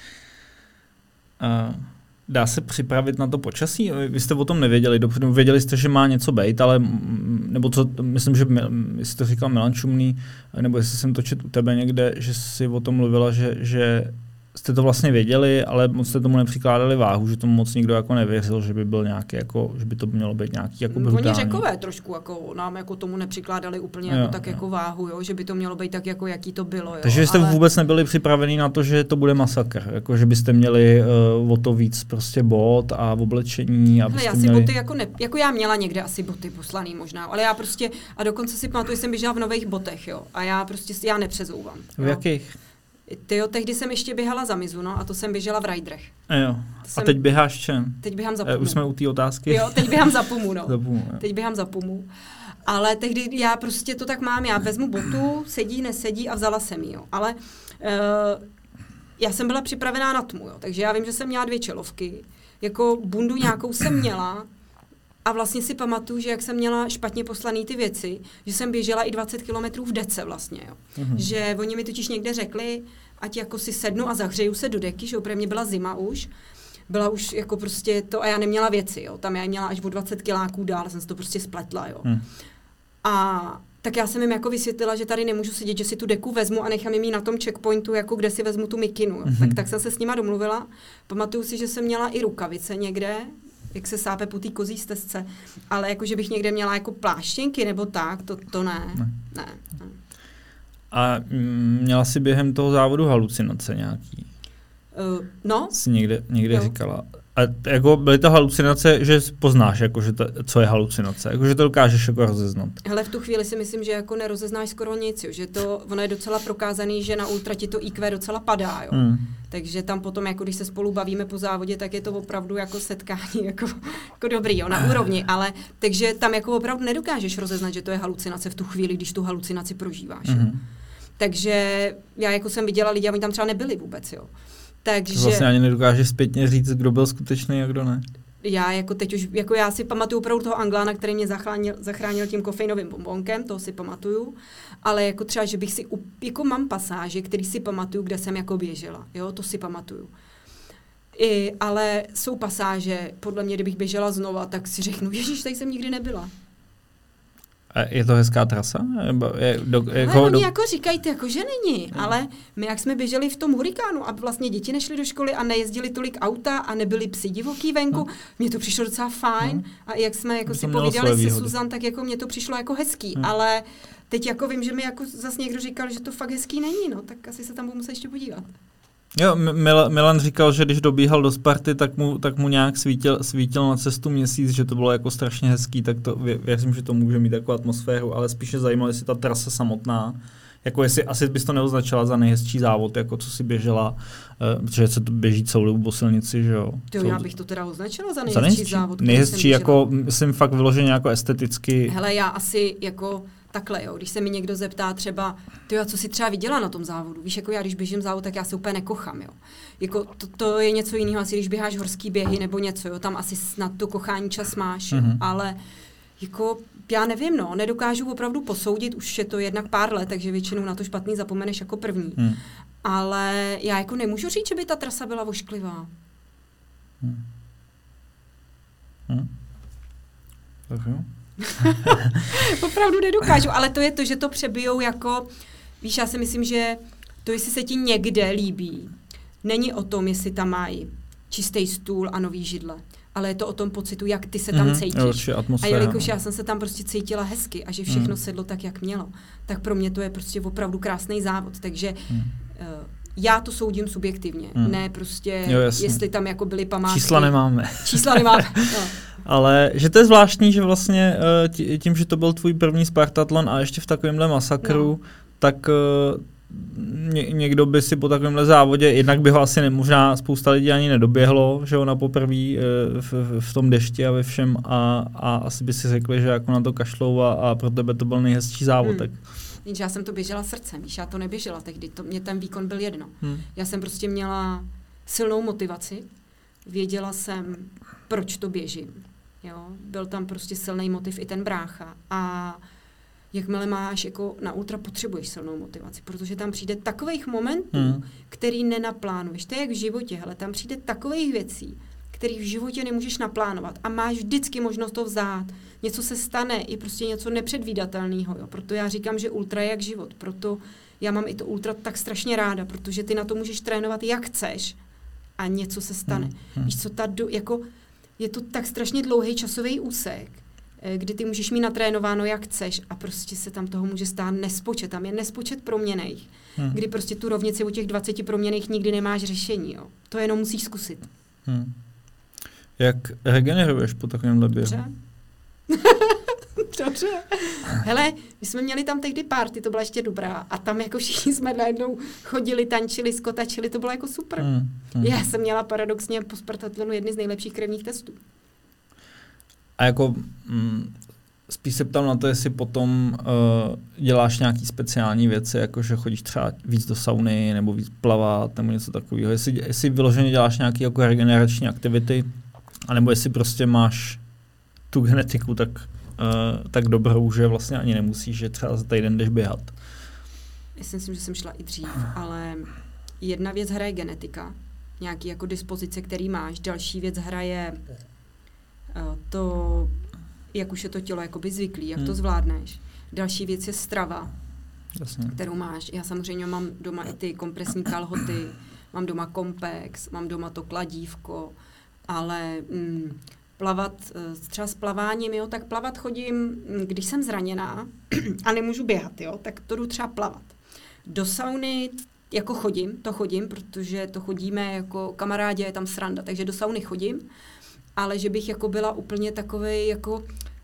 Uh. Dá se připravit na to počasí? Vy jste o tom nevěděli dopředu, věděli jste, že má něco bejt, ale nebo co, myslím, že jestli to říkal Milan Šumný, nebo jestli jsem to četl u tebe někde, že jsi o tom mluvila, že, že jste to vlastně věděli, ale moc jste tomu nepřikládali váhu, že tomu moc nikdo jako nevěřil, že by byl nějaký jako, že by to mělo být nějaký jako brutální. Oni Řekové trošku jako nám jako tomu nepřikládali úplně jo, jako tak jo. jako váhu, jo, že by to mělo být tak jako jaký to bylo, jo. Takže jste ale... vůbec nebyli připraveni na to, že to bude masakr, jako že byste měli uh, o to víc prostě bot a oblečení, abyste Hele, já si měli... boty jako ne, jako já měla někde asi boty poslaný možná, ale já prostě a dokonce si pamatuju, že jsem běžela v nových botech, jo. A já prostě já nepřezouvám. V jo. jakých? Tyjo, tehdy jsem ještě běhala za Mizuno a to jsem běžela v Riderech. A jo. A teď běháš čem? Teď běhám za Pumu. E, už jsme u té otázky. Jo, teď běhám za Pumu, no. za Pumu, teď běhám za Pumu. Ale tehdy já prostě to tak mám, já vezmu botu, sedí, nesedí a vzala jsem ji, jo. Ale uh, já jsem byla připravená na tmu, jo. Takže já vím, že jsem měla dvě čelovky. Jako bundu nějakou jsem měla. A vlastně si pamatuju, že jak jsem měla špatně poslaný ty věci, že jsem běžela i dvacet kilometrů v dece vlastně, jo. Mm-hmm. Že oni mi totiž někde řekli, ať jako si sednu a zahřeju se do deky, že opravdu mě byla zima už. Byla už jako prostě to a já neměla věci, jo. Tam já měla až o dvacet kiláků dál, jsem si to prostě spletla, jo. Mm. A tak já jsem jim jako vysvětlila, že tady nemůžu sedět, že si tu deku vezmu a nechám jim ji na tom checkpointu, jako kde si vezmu tu mikinu. Jo. Mm-hmm. Tak, tak jsem se s nima domluvila. Pamatuju si, že jsem měla i rukavice někde, jak se sápe po té kozí stezce, ale jako, že bych někde měla jako pláštěnky nebo tak, to, to ne. ne. ne, ne. A měla jsi během toho závodu halucinace nějaký? Uh, no. Jsi někde, někde říkala. A jako byly to halucinace, že poznáš, jako, že to, co je halucinace, jako, že to dokážeš jako rozeznat. Hele, v tu chvíli si myslím, že jako nerozeznáš skoro nic, jo, že to, ono je docela prokázaný, že na ultra ti to í kvé docela padá, jo. Hmm. Takže tam potom, jako když se spolu bavíme po závodě, tak je to opravdu jako setkání, jako, jako dobrý, jo, na úrovni, ale takže tam jako opravdu nedokážeš rozeznat, že to je halucinace v tu chvíli, když tu halucinaci prožíváš, hmm. jo. Takže já jako jsem viděla lidi, a oni tam třeba nebyli vůbec, jo. Takže vlastně ani nedokážeš zpětně říct, kdo byl skutečný a kdo ne. Já jako teď už, jako já si pamatuju opravdu toho Anglána, který mě zachránil, zachránil tím kofeinovým bonbonkem, toho si pamatuju, ale jako třeba, že bych si, jako mám pasáže, který si pamatuju, kde jsem jako běžela, jo, to si pamatuju. I, ale jsou pasáže, podle mě, kdybych běžela znova, tak si řeknu, ježiš, tady jsem nikdy nebyla. A je to hezká trasa? Je, do, jako, oni do... jako říkají, jako, že není, no. Ale my jak jsme běželi v tom hurikánu a vlastně děti nešly do školy a nejezdili tolik auta a nebyli psi divoký venku, no. Mně to přišlo docela fajn no. A jak jsme jako si povídali se Suzan, tak jako mně to přišlo jako hezký, no. Ale teď jako vím, že mi jako zase někdo říkal, že to fakt hezký není, no, tak asi se tam budu muset ještě podívat. Jo, Mil- Milan říkal, že když dobíhal do Sparty, tak mu, tak mu nějak svítil, svítil na cestu měsíc, že to bylo jako strašně hezký, tak to věřím, že to může mít takovou atmosféru, ale spíše zajímalo, jestli ta trasa samotná, jako jestli asi bys to neoznačila za nejhezčí závod, jako co si běžela, uh, protože se to běží celou dobu po silnici, že jo. To já bych to teda označila za nejhezčí, za nejhezčí závod. Nejhezčí jako, myslím fakt vyloženě jako esteticky. Hele, já asi jako... Takhle, jo, když se mi někdo zeptá třeba, tyjo, co si třeba viděla na tom závodu, víš, jako já, když běžím závod, tak já se úplně nekochám, jo. Jako to, to je něco jiného, asi když běháš horský běhy nebo něco, jo, tam asi snad to kochání čas máš, mm-hmm. jo, ale jako já nevím, no, nedokážu opravdu posoudit, už je to jednak pár let, takže většinou na to špatný zapomeneš jako první, mm. ale já jako nemůžu říct, že by ta trasa byla vošklivá. Mm. Mm. Tak jo. Opravdu nedokážu, ale to je to, že to přebijou jako, víš, já si myslím, že to, jestli se ti někde líbí, není o tom, jestli tam mají čistý stůl a nový židle, ale je to o tom pocitu, jak ty se tam mm-hmm, cítíš. A jelikož já jsem se tam prostě cítila hezky a že všechno mm. sedlo tak, jak mělo, tak pro mě to je prostě opravdu krásný závod, takže mm. uh, já to soudím subjektivně, hmm. ne prostě, jo, jestli tam jako byly památky. Čísla nemáme. Čísla nemáme, no. Ale že to je zvláštní, že vlastně tím, že to byl tvůj první Spartatlon a ještě v takovémhle masakru, no. tak ně, někdo by si po takovémhle závodě, jednak by ho asi ne, možná spousta lidí ani nedoběhlo, že ho na poprví v, v tom dešti a ve všem a, a asi by si řekli, že jako na to kašlou a, a pro tebe to byl nejhezčí závod. Hmm. Tak. Jenže já jsem to běžela srdcem, víš, já to neběžela tehdy, to, mě ten výkon byl jedno. Hmm. Já jsem prostě měla silnou motivaci, věděla jsem, proč to běžím. Jo? Byl tam prostě silný motiv i ten brácha a jakmile máš jako na ultra, potřebuješ silnou motivaci, protože tam přijde takových momentů, hmm. který nenaplánuješ. To je jak v životě, hele, tam přijde takových věcí, který v životě nemůžeš naplánovat a máš vždycky možnost to vzát. Něco se stane, i prostě něco nepředvídatelného. Jo? Proto já říkám, že ultra je jak život. Proto já mám i to ultra tak strašně ráda, protože ty na to můžeš trénovat, jak chceš a něco se stane. Hmm. Hmm. Víš co, ta do, jako, je to tak strašně dlouhý časový úsek, kdy ty můžeš mít natrénováno, jak chceš a prostě se tam toho může stát nespočet. Tam je nespočet proměnejch, hmm. kdy prostě tu rovnici u těch dvaceti proměnejch nikdy nemáš řešení. Jo? To jenom musíš zkusit. Hmm. Jak regeneruješ po takovémhle běhu? Dobře. Dobře. Hele, my jsme měli tam tehdy party, to byla ještě dobrá. A tam jako všichni jsme najednou chodili, tančili, skotačili, to bylo jako super. Hmm. Hmm. Já jsem měla paradoxně po Spartatlonu jedny z nejlepších krevních testů. A jako mm, spíš se ptám na to, jestli potom uh, děláš nějaký speciální věci, jako že chodíš třeba víc do sauny, nebo víc plavat, nebo něco takového. Jestli, jestli vyloženě děláš nějaké jako regenerační aktivity, anebo jestli prostě máš tu genetiku tak, uh, tak dobrou, že vlastně ani nemusíš, že třeba za týden jdeš běhat. Já si myslím, že jsem šla i dřív, ale jedna věc hraje genetika, nějaký jako dispozice, který máš, další věc hraje to, jak už je to tělo jakoby zvyklý, jak hmm. to zvládneš. Další věc je strava, Jasně. kterou máš. Já samozřejmě mám doma i ty kompresní kalhoty, mám doma kompex, mám doma to kladívko, ale mm, plavat, třeba s plaváním, jo, tak plavat chodím, když jsem zraněná a nemůžu běhat, jo, tak to jdu třeba plavat. Do sauny jako chodím, to chodím, protože to chodíme jako kamarádi, je tam sranda, takže do sauny chodím, ale že bych jako byla úplně takovej jako...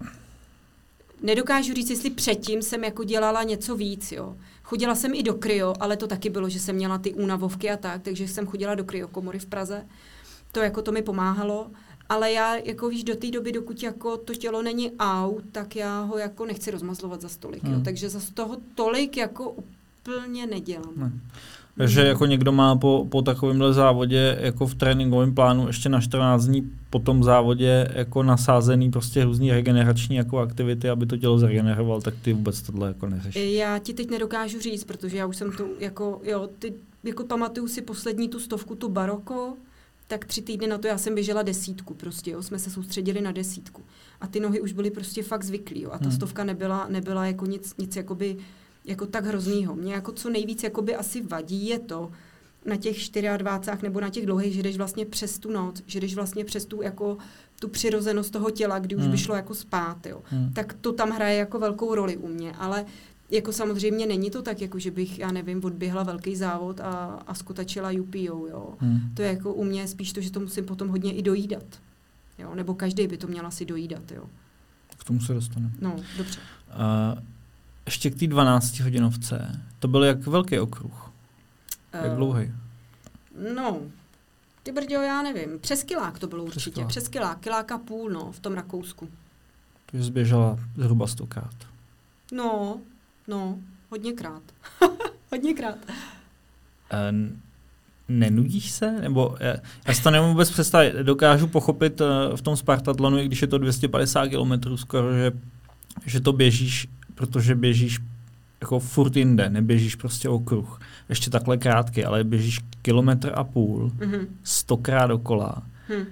Nedokážu říct, jestli předtím jsem jako dělala něco víc, jo. Chodila jsem i do kryo, ale to taky bylo, že jsem měla ty únavovky a tak, takže jsem chodila do kryokomory v Praze. To jako to mi pomáhalo, ale já jako víš, do té doby, dokud jako to tělo není out, tak já ho jako nechci rozmazlovat za stolik, hmm. jo. Takže za toho tolik jako úplně nedělám. Hmm. Takže jako někdo má po, po takovémhle závodě jako v tréninkovém plánu ještě na čtrnáct dní po tom závodě jako nasázený prostě různý regenerační jako aktivity, aby to tělo zregeneroval, tak ty vůbec tohle jako neřešíš. Já ti teď nedokážu říct, protože já už jsem tu jako, jo, ty, jako pamatuju si poslední tu stovku, tu Baroko, tak tři týdny na to já jsem běžela desítku prostě, jo, jsme se soustředili na desítku. A ty nohy už byly prostě fakt zvyklý, jo, a ta hmm. stovka nebyla, nebyla jako nic, nic jakoby jako tak hroznýho. Mně jako co nejvíc jakoby asi vadí je to na těch dvaceti čtyřech nebo na těch dlouhých, že jdeš vlastně přes tu noc, že jdeš vlastně přes tu jako tu přirozenost toho těla, kdy už hmm. by šlo jako spát, jo. Hmm. Tak to tam hraje jako velkou roli u mě, ale jako samozřejmě není to tak, jako že bych, já nevím, odběhla velký závod a, a skotačila U P O, jo. Hmm. To je jako u mě spíš to, že to musím potom hodně i dojídat, jo, nebo každý by to měl asi dojídat, jo. K tomu se dostane. No, dobře. Uh, ještě k té dvanáctihodinovce, to byl jak velký okruh? Jak uh, dlouhý? No, ty brďo, já nevím, přes kilák to bylo určitě, přes kilák, přes kilák, kilák a půl, no, v tom Rakousku. Takže jsi běžela zhruba stokrát. No, no, hodněkrát. hodněkrát. Uh, nenudíš se? Nebo já, já si to nemůžu vůbec představit. Dokážu pochopit uh, v tom Spartatlonu, i když je to dvě stě padesát kilometrů skoro, že, že to běžíš, protože běžíš jako furt jinde, neběžíš prostě okruh. Ještě takhle krátký, ale běžíš kilometr a půl, mm-hmm. stokrát dokola. Hmm.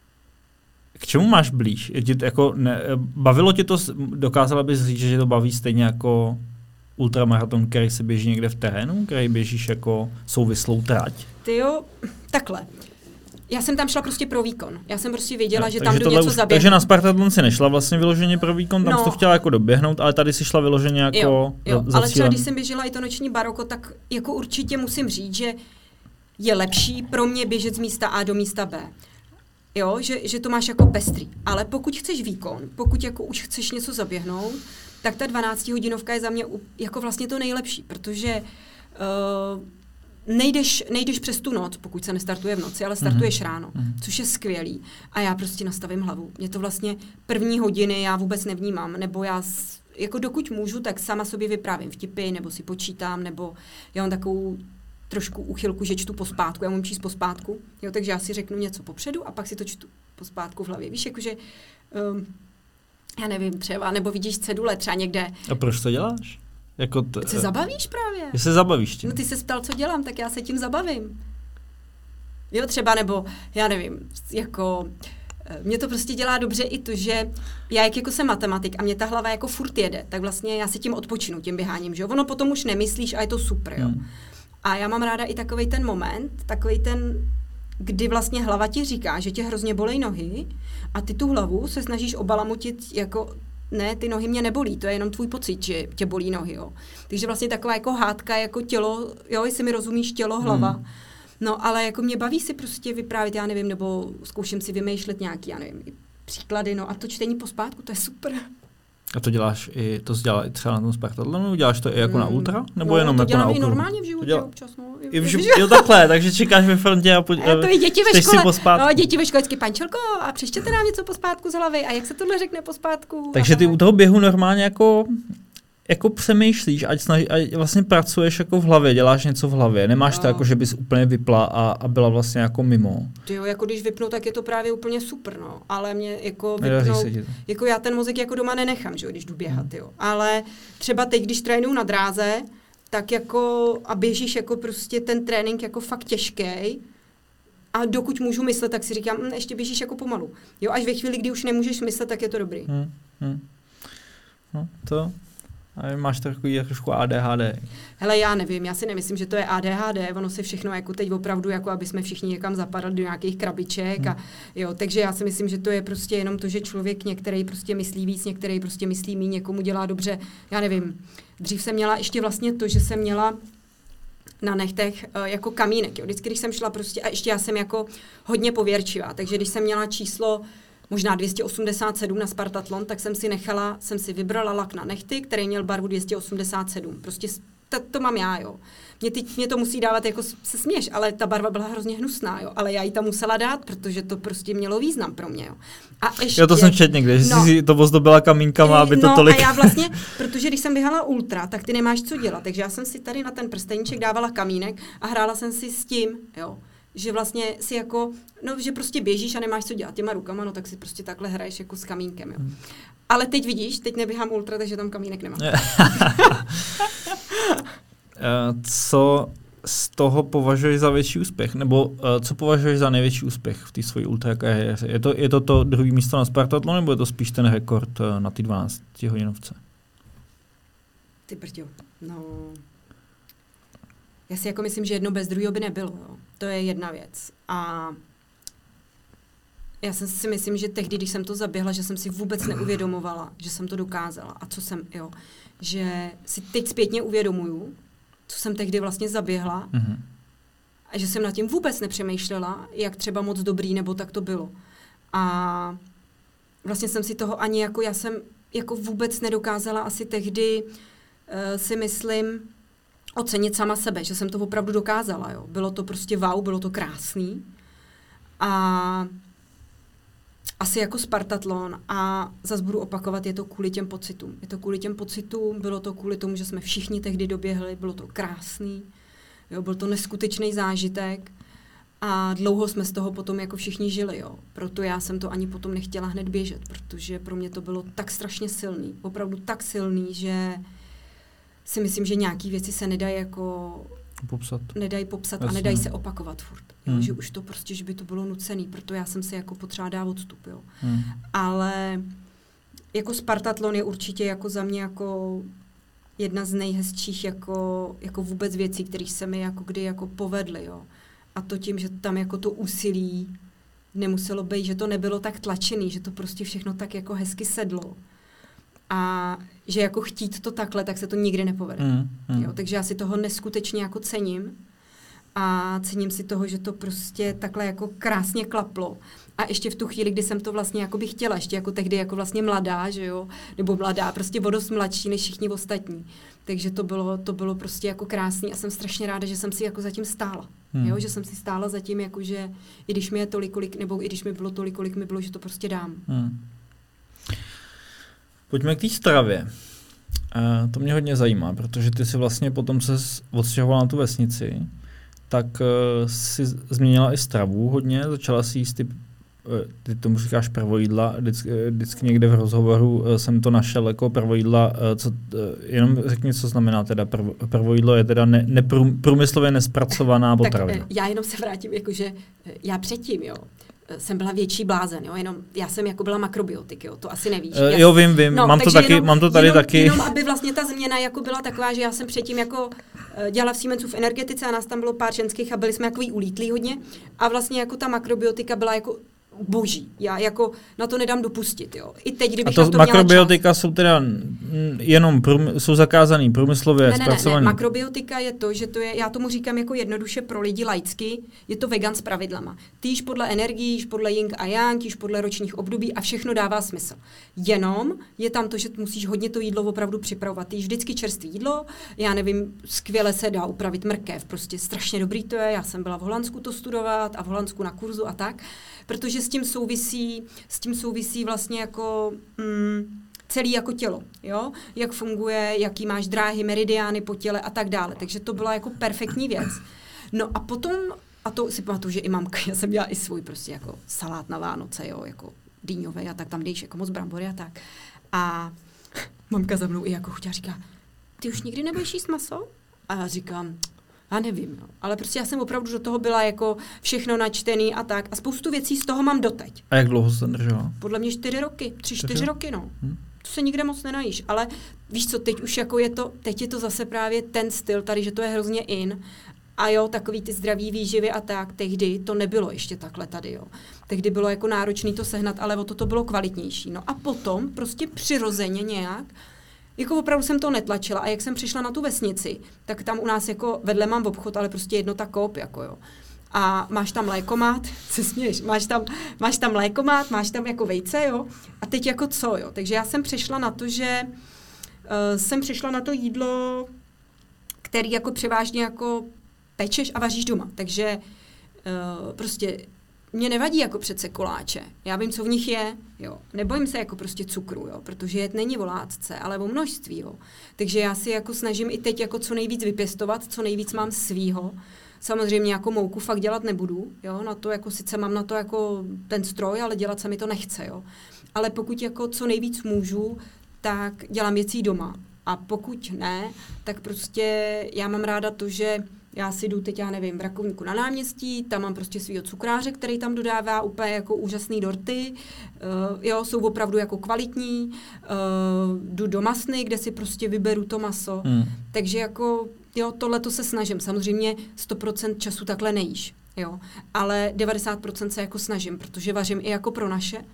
K čemu máš blíž? Je ti to jako ne, bavilo tě to, dokázala bys říct, že to baví stejně jako ultramaraton, který se běží někde v terénu, který běžíš jako souvislou trať? Ty jo, takhle. Já jsem tam šla prostě pro výkon. Já jsem prostě věděla, no, že tam jdu něco zaběhnout. Takže na Spartatlon si nešla vlastně vyloženě pro výkon, tam no. jsi to chtěla jako doběhnout, ale tady si šla vyloženě jako jo, jo. za, za ale třeba když jsem běžela i to noční Baroko, tak jako určitě musím říct, že je lepší pro mě běžet z místa A do místa B. Jo, že, že to máš jako pestrý. Ale pokud chceš výkon, pokud jako už chceš něco zaběhnout, tak ta dvanáctihodinovka je za mě jako vlastně to nejlepší, protože uh, nejdeš, nejdeš přes tu noc, pokud se nestartuje v noci, ale startuješ mm-hmm. ráno, mm-hmm. což je skvělý. A já prostě nastavím hlavu. Mě to vlastně první hodiny já vůbec nevnímám, nebo já jako dokud můžu, tak sama sobě vyprávím vtipy, nebo si počítám, nebo já mám takovou trošku úchylku, že čtu pospátku, já můžu číst pospátku, jo, takže já si řeknu něco popředu a pak si to čtu pospátku v hlavě. Víš, jakože, um, já nevím, třeba, nebo vidíš cedule třeba někde. A proč to děláš? Jako t- se zabavíš právě. Ty se zabavíš tím. No ty se ptal, co dělám, tak já se tím zabavím. Jo, třeba, nebo, já nevím, jako, mě to prostě dělá dobře i to, že já jak jako jsem matematik a mě ta hlava jako furt jede, tak vlastně já si tím odpočinu, tím běháním, že jo. Ono potom už nemyslíš a je to super, jo. Hmm. A já mám ráda i takovej ten moment, takovej ten, kdy vlastně hlava ti říká, že tě hrozně bolej nohy a ty tu hlavu se snažíš obalamutit jako, ne, ty nohy mě nebolí, to je jenom tvůj pocit, že tě bolí nohy, jo. Takže vlastně taková jako hádka, jako tělo, jo, jestli mi rozumíš, tělo, hlava. Hmm. No, ale jako mě baví si prostě vyprávět, já nevím, nebo zkouším si vymýšlet nějaký, já nevím, příklady, no a to čtení pospátku, to je super. A to děláš i, to jsi dělala i třeba na tom Spartatlonu, děláš to i jako mm. na ultra? Nebo no, jenom to jako na okruhu? To dělám i normálně v životě dělá... občas, no. I v životě, jo takhle, takže čekáš ve frontě a, po, a to i děti ve škole, no, děti ve škole vždycky, pančelko, a přečtěte nám něco pospátku z hlavy, a jak se tohle řekne pospátku? Takže ty u toho běhu normálně jako... jako přemýšlíš, ať, snaží, ať vlastně pracuješ jako v hlavě, děláš něco v hlavě, nemáš no. to jako, že bys úplně vypla a, a byla vlastně jako mimo. Ty jo, jako když vypnu, tak je to právě úplně super, no, ale mě jako vypnout, jako já ten mozek jako doma nenechám, že jo, když jdu běhat, jo, ale třeba teď, když trénuju na dráze, tak jako a běžíš jako prostě ten trénink jako fakt těžký. A dokud můžu myslet, tak si říkám, hm, ještě běžíš jako pomalu. Jo, až ve chvíli, kdy už nemůžeš myslet, tak je to dobrý. Hmm, hmm. No, to... A máš takový trošku A D H D. Hele, já nevím, já si nemyslím, že to je A D H D, ono se všechno jako teď opravdu, jako aby jsme všichni někam zapadali do nějakých krabiček hmm. a jo, takže já si myslím, že to je prostě jenom to, že člověk některý prostě myslí víc, některý prostě myslí míň, někomu dělá dobře, já nevím. Dřív jsem měla ještě vlastně to, že jsem měla na nechtech uh, jako kamínek, jo. Vždycky, když jsem šla prostě, a ještě já jsem jako hodně pověrčivá, takže když jsem měla číslo možná dvě stě osmdesát sedm na Spartatlon, tak jsem si nechala, jsem si vybrala lak na nechty, který měl barvu dvě stě osmdesát sedm. Prostě to, to mám já, jo. Mě, teď, mě to musí dávat, jako se směš, ale ta barva byla hrozně hnusná, jo. Ale já ji tam musela dát, protože to prostě mělo význam pro mě, jo. A ještě... Jo, to jsem četl někde, že no, jsi to ozdobila kamínkama, aby to no, tolik... No a já vlastně, protože když jsem běhala ultra, tak ty nemáš co dělat, takže já jsem si tady na ten prsteníček dávala kamínek a hrála jsem si s tím, jo. Že vlastně si jako, no, že prostě běžíš a nemáš co dělat těma rukama, no tak si prostě takhle hraješ jako s kamínkem, jo. Hmm. Ale teď vidíš, teď neběhám ultra, takže tam kamínek nemám. Co z toho považuješ za větší úspěch? Nebo uh, co považuješ za největší úspěch v té svojí ultra kariéře? Je to, je to to druhé místo na Spartatlonu, nebo je to spíš ten rekord uh, na ty dvanáctihodinovce? Ty brďo, no... Já si jako myslím, že jedno bez druhého by nebylo. Jo. To je jedna věc. A já jsem si myslím, že tehdy, když jsem to zaběhla, že jsem si vůbec neuvědomovala, že jsem to dokázala. A co jsem, jo, že si teď zpětně uvědomuju, co jsem tehdy vlastně zaběhla mm-hmm. a že jsem nad tím vůbec nepřemýšlela, jak třeba moc dobrý, nebo tak to bylo. A vlastně jsem si toho ani jako, já jsem jako vůbec nedokázala asi tehdy uh, si myslím, ocenit sama sebe, že jsem to opravdu dokázala. Jo. Bylo to prostě wow, bylo to krásný. A asi jako Spartatlon a zase budu opakovat, je to kvůli těm pocitům. Je to kvůli těm pocitům, bylo to kvůli tomu, že jsme všichni tehdy doběhli, bylo to krásný, jo, byl to neskutečný zážitek a dlouho jsme z toho potom jako všichni žili. Jo. Proto já jsem to ani potom nechtěla hned běžet, protože pro mě to bylo tak strašně silný, opravdu tak silný, že si myslím, že nějaký věci se nedají jako popsat, nedají popsat Jasně. a nedají se opakovat furt. Jo, hmm. že už to prostě, že by to bylo nucený, proto já jsem si jako potřeba dát odstup, jo. Hmm. Ale jako Spartatlon je určitě jako za mě jako jedna z nejhezčích jako, jako vůbec věcí, které se mi jako kdy jako povedly, jo. A to tím, že tam jako to úsilí nemuselo být, že to nebylo tak tlačený, že to prostě všechno tak jako hezky sedlo. A že jako chtít to takhle, tak se to nikdy nepovede. Mm, mm. Jo, takže já si toho neskutečně jako cením. a cením si toho, že to prostě takhle jako krásně klaplo. A ještě v tu chvíli, kdy jsem to vlastně jako bych chtěla, ještě jako tehdy jako vlastně mladá, že jo, nebo mladá, prostě o dost mladší než všichni ostatní. Takže to bylo, to bylo prostě jako krásný a jsem strašně ráda, že jsem si jako zatím stála. Hmm. Jo, že jsem si stála zatím, jako že i když mi je tolik, kolik, nebo i když mi bylo tolik, kolik mi bylo, že to prostě dám. Hmm. Pojďme k té stravě. Uh, to mě hodně zajímá, protože ty si vlastně potom se odstěhovala na tu vesnici, tak uh, si změnila i stravu hodně, začala si jíst ty, uh, ty tomu říkáš prvojídla, vždycky, vždycky někde v rozhovoru uh, jsem to našel jako prvojídla, uh, co, uh, jenom řekni, co znamená teda prvo, prvojídlo, je teda ne, neprům, průmyslově nespracovaná potravina. Tak uh, já jenom se vrátím, jakože uh, já předtím, jo, jsem byla větší blázen, jo, jenom já jsem jako byla makrobiotik, jo, to asi nevíš. Uh, jo, vím, vím, no, mám, to taky, jenom, mám to tady jenom, taky. Jenom aby vlastně ta změna jako byla taková, že já jsem předtím jako uh, dělala v Siemensu v energetice a nás tam bylo pár ženských a byli jsme jako ulítlí hodně a vlastně jako ta makrobiotika byla jako boží. Já jako na to nedám dopustit, jo. I teď, kdybych a to, na to makrobiotika měla čas. Jsou teda jenom prům, jsou zakázaný průmyslově ne, ne, zpracovaný. Ne, ne, makrobiotika je to, že to je, já tomu říkám jako jednoduše pro lidi laicky, je to vegan s pravidlama. Ty jíš podle energií, jíš podle yin a yang, jíš podle ročních období a všechno dává smysl. Jenom je tam to, že musíš hodně to jídlo opravdu připravovat. Ty jíš vždycky čerstvé jídlo, já nevím, skvěle se dá upravit mrkev, prostě strašně dobrý to je, já jsem byla v Holandsku to studovat a v Holandsku na kurzu a tak, protože s tím souvisí, s tím souvisí vlastně jako mm, celý jako tělo, jo? Jak funguje, jaký máš dráhy, meridiány po těle a tak dále. Takže to byla jako perfektní věc. No a potom, a to si pamatuju, že i mamka, já jsem dělala i svůj prostě jako salát na Vánoce, jo, jako dýňové a tak, tam dejš jako moc brambory a tak. A mamka za mnou i jako chtěla říká, ty už nikdy nebudeš jíst maso? A já říkám, já nevím, no. Ale prostě já jsem opravdu do toho byla jako všechno načtený a tak. A spoustu věcí z toho mám doteď. A jak dlouho se držela? Podle mě čtyři roky, tři, čtyři roky, no. Hmm. To se nikde moc nenajíš, ale víš co, teď už jako je to, teď je to zase právě ten styl tady, že to je hrozně in. A jo, takový ty zdravý výživy a tak, tehdy to nebylo ještě takhle tady, jo. Tehdy bylo jako náročný to sehnat, ale o to to bylo kvalitnější. No a potom prostě přirozeně nějak jako opravdu jsem to netlačila a jak jsem přišla na tu vesnici, tak tam u nás jako vedle mám obchod, ale prostě jednota Coop, jako jo. A máš tam lékomát, se směješ, máš tam, máš tam lékomát, máš tam jako vejce, jo. A teď jako co, jo. Takže já jsem přišla na to, že uh, jsem přišla na to jídlo, který jako převážně jako pečeš a vaříš doma. Takže uh, prostě mě nevadí jako přece koláče. Já vím, co v nich je, jo. Nebojím se jako prostě cukru, jo, protože jet není o látce, ale o množství, jo. Takže já si jako snažím i teď jako co nejvíc vypěstovat, co nejvíc mám svýho. Samozřejmě jako mouku fakt dělat nebudu, jo. Na to jako sice mám na to jako ten stroj, ale dělat se mi to nechce, jo. Ale pokud jako co nejvíc můžu, tak dělám věcí doma. A pokud ne, tak prostě já mám ráda to, že já si jdu teď, já nevím, v Rakovníku na náměstí, tam mám prostě svýho cukráře, který tam dodává úplně jako úžasný dorty, uh, jo, jsou opravdu jako kvalitní, uh, jdu do masny, kde si prostě vyberu to maso, hmm. takže jako, jo, tohleto se snažím, samozřejmě sto procent času takhle nejíš, jo, ale devadesát procent se jako snažím, protože vařím i jako pro naše,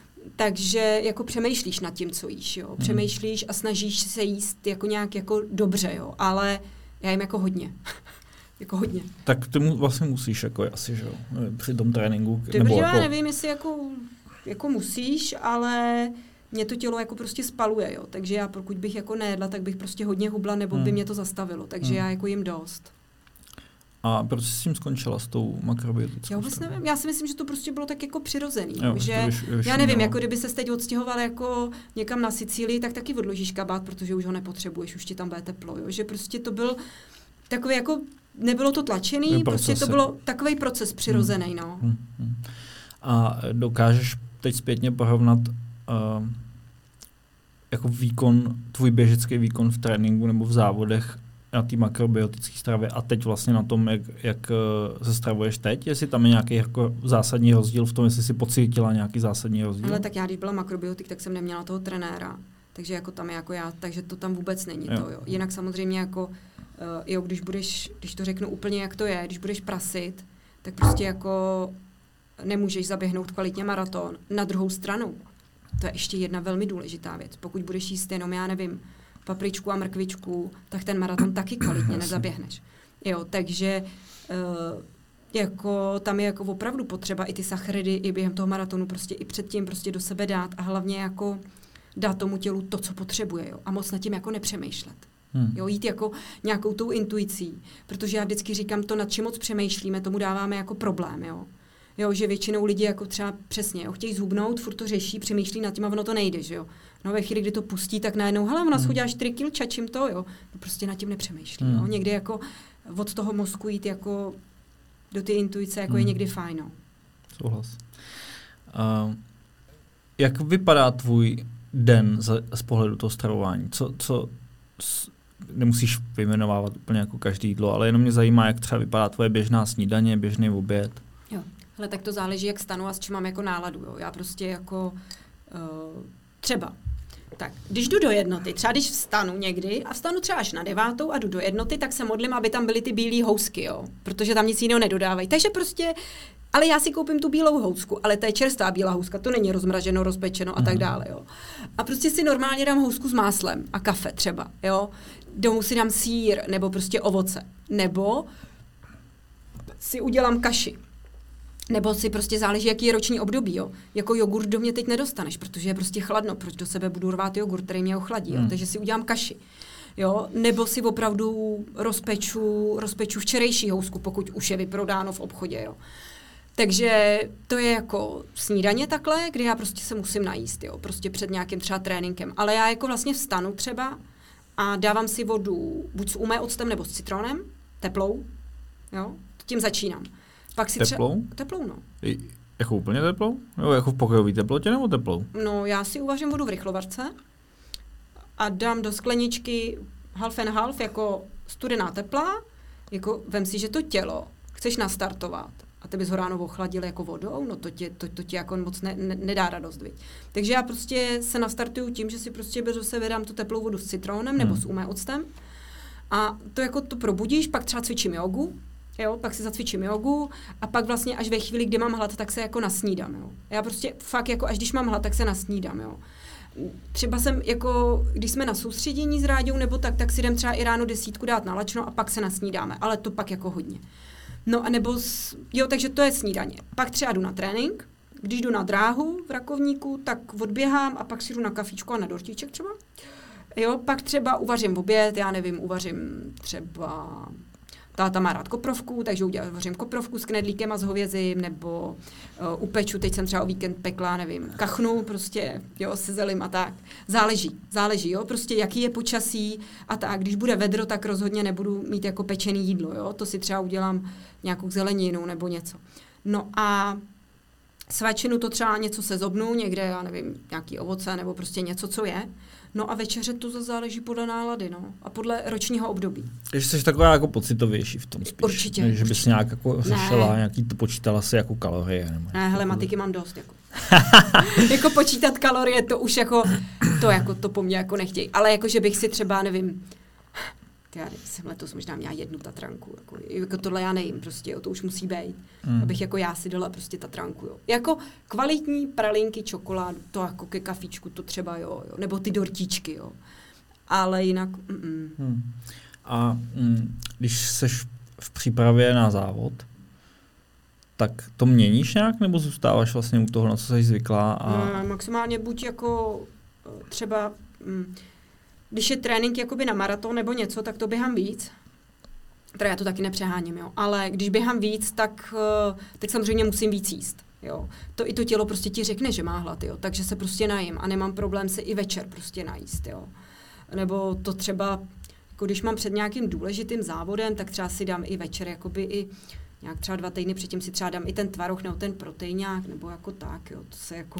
takže jako přemýšlíš nad tím, co jíš, jo, přemýšlíš a snažíš se jíst jako nějak jako dobře, jo, ale já jim jako hodně. Jako hodně. Tak ty mu vlastně musíš, jako asi, že jo, při tom tréninku. Ty nebo jako... já nevím, jestli jako, jako musíš, ale mě to tělo jako prostě spaluje, jo. Takže já pokud bych jako nejedla, tak bych prostě hodně hubla, nebo hmm. by mě to zastavilo. Takže hmm. já jako jim dost. A proč jsi s tím skončila, s tou makrobiotickou? Já vůbec nevím. Já si myslím, že to prostě bylo tak jako přirozený. Jo, že vyš, vyš, já nevím, no. jako kdyby se teď odstěhoval jako někam na Sicílii, tak taky odložíš kabát, protože už ho nepotřebuješ, už ti tam bude teplo, jo. Že prostě to byl takový jako nebylo to tlačený, prostě to bylo takový proces přirozený, no. Hmm, hmm. A dokážeš teď zpětně porovnat uh, jako výkon, tvůj běžecký výkon v tréninku nebo v závodech na té makrobiotické stravě a teď vlastně na tom, jak, jak uh, se stravuješ teď, jestli tam je nějaký jako zásadní rozdíl v tom, jestli si pocítila nějaký zásadní rozdíl? Ale tak já, když byla makrobiotik, tak jsem neměla toho trenéra, takže jako tam je jako já, takže to tam vůbec není jo. to, jo. Jinak samozřejmě jako Uh, jo, když budeš, když to řeknu úplně, jak to je, když budeš prasit, tak prostě jako nemůžeš zaběhnout kvalitně maraton. Na druhou stranu, to je ještě jedna velmi důležitá věc. Pokud budeš jíst jenom, já nevím, papričku a mrkvičku, tak ten maraton taky kvalitně nezaběhneš. Jo, takže uh, jako tam je jako opravdu potřeba i ty sacharidy i během toho maratonu prostě i předtím prostě do sebe dát a hlavně jako dát tomu tělu to, co potřebuje, jo, a moc nad tím jako nepřemýšlet. Hmm. Jo, jít jako nějakou tou intuicí, protože já vždycky říkám, to, nad čím moc přemýšlíme, tomu dáváme jako problém, jo. Jo, že většinou lidi jako třeba přesně, jo, chtějí zhubnout, furt to řeší, přemýšlí nad tím a ono to nejde, že jo. No ve chvíli, kdy to pustí, tak najednou, hele, ona schodila čtyři kil, čačím to, jo. No prostě nad tím nepřemýšlí, hmm. jo. Někdy jako od toho mozku jít jako do ty intuice, jako hmm. je někdy fajn, no. Souhlas. Uh, jak vypadá tvůj den z, z pohledu toho stravování? Co, co s, nemusíš vyjmenovávat úplně jako každý jídlo, ale jenom mě zajímá, jak třeba vypadá tvoje běžná snídaně, běžný oběd. Jo, hele, tak to záleží, jak stanu a s čím mám jako náladu, jo. Já prostě jako uh, třeba, tak, když jdu do jednoty, třeba když vstanu někdy a vstanu třeba až na devátou a jdu do jednoty, tak se modlím, aby tam byly ty bílé housky, jo, protože tam nic jiného nedodávají. Takže prostě, ale já si koupím tu bílou housku, ale to je čerstvá bílá houska, to není rozmraženo, rozpečeno a tak dále, jo. A prostě si normálně dám housku s máslem a kafe třeba, jo. Domů si dám sýr nebo prostě ovoce, nebo si udělám kaši. Nebo si prostě záleží, jaký je roční období, jo. Jako jogurt do mě teď nedostaneš, protože je prostě chladno, proč do sebe budu rvát jogurt, který mě ochladí, jo. Hmm. Takže si udělám kaši. Jo, nebo si opravdu rozpeču, rozpeču včerejší housku, pokud už je vyprodáno v obchodě, jo. Takže to je jako snídaně takhle, kdy já prostě se musím najíst, jo, prostě před nějakým třeba tréninkem. Ale já jako vlastně vstanu třeba a dávám si vodu buď s umé octem nebo s citronem, teplou, jo, tím začínám. Pak si teplou? Tře- teplou, no. I, jako úplně teplou? Jo, jako v pokojové teplotě nebo teplou? No, já si uvařím vodu v rychlovarce a dám do skleničky half and half jako studená teplá, jako vem si, že to tělo chceš nastartovat a ty bys ho ráno ochladil jako vodou, no to ti to, to tě jako moc ne, ne, nedá radost, viď. Takže já prostě se nastartuju tím, že si prostě do sebe dám tu teplou vodu s citronem nebo hmm. s umé octem a to jako to probudíš, pak třeba cvičím jogu, jo, pak si zacvičím jogu a pak vlastně až ve chvíli, kdy mám hlad, tak se jako nasnídám, jo. Já prostě fakt jako až když mám hlad, tak se nasnídám, jo. Třeba jsem jako, když jsme na soustředění s Ráďou nebo tak, tak si jdem třeba i ráno desítku dát na lačno a pak se nasnídáme, ale to pak jako hodně. No a nebo, s, jo, takže to je snídaně. Pak třeba jdu na trénink, když jdu na dráhu v Rakovníku, tak odběhám a pak si jdu na kafičku a na dortíček třeba. Jo, pak třeba uvařím oběd, já nevím, uvařím třeba... Táta má rád koprovku, takže uvařím koprovku s knedlíkem a s hovězím, nebo uh, upeču, teď jsem třeba o víkend pekla, nevím, kachnu prostě, jo, se zelím a tak. Záleží, záleží, jo, prostě jaký je počasí a tak. Když bude vedro, tak rozhodně nebudu mít jako pečený jídlo, jo, to si třeba udělám nějakou zeleninu nebo něco. No a svačinu to třeba něco se zobnu, někde, já nevím, nějaký ovoce nebo prostě něco, co je. No a večeře to zase záleží podle nálady, no. A podle ročního období. Takže jsi taková jako pocitovější v tom spíš. Určitě. Než, že bys nějak jako řešila, nějaký to počítala si jako kalorie. Nebo ne, hele, matiky mám dost, jako. Jako počítat kalorie, to už jako, to jako, to po mně jako nechtějí. Ale jako, že bych si třeba, nevím, já jsem letos možná měla jednu tatranku, jako, jako tohle já nejím prostě, jo, to už musí být, mm. abych jako já si dala prostě tatranku, jo. Jako kvalitní pralinky, čokoládu, to jako ke kafíčku, to třeba, jo, jo, nebo ty dortíčky, jo, ale jinak, mm. Hmm. A mm, když seš v přípravě na závod, tak to měníš nějak, nebo zůstáváš vlastně u toho, na co jsi zvyklá? A... No, maximálně buď jako třeba... Mm, když je trénink jakoby na maraton nebo něco, tak to běhám víc. Teda já to taky nepřeháním, jo. Ale když běhám víc, tak, tak samozřejmě musím víc jíst. Jo. To i to tělo prostě ti řekne, že má hlad, jo. Takže se prostě najím a nemám problém se i večer prostě najíst, jo. Nebo to třeba, jako když mám před nějakým důležitým závodem, tak třeba si dám i večer, jakoby i nějak třeba dva týdny předtím si třeba dám i ten tvaroh nebo ten proteinák, nebo jako tak, jo. To se jako...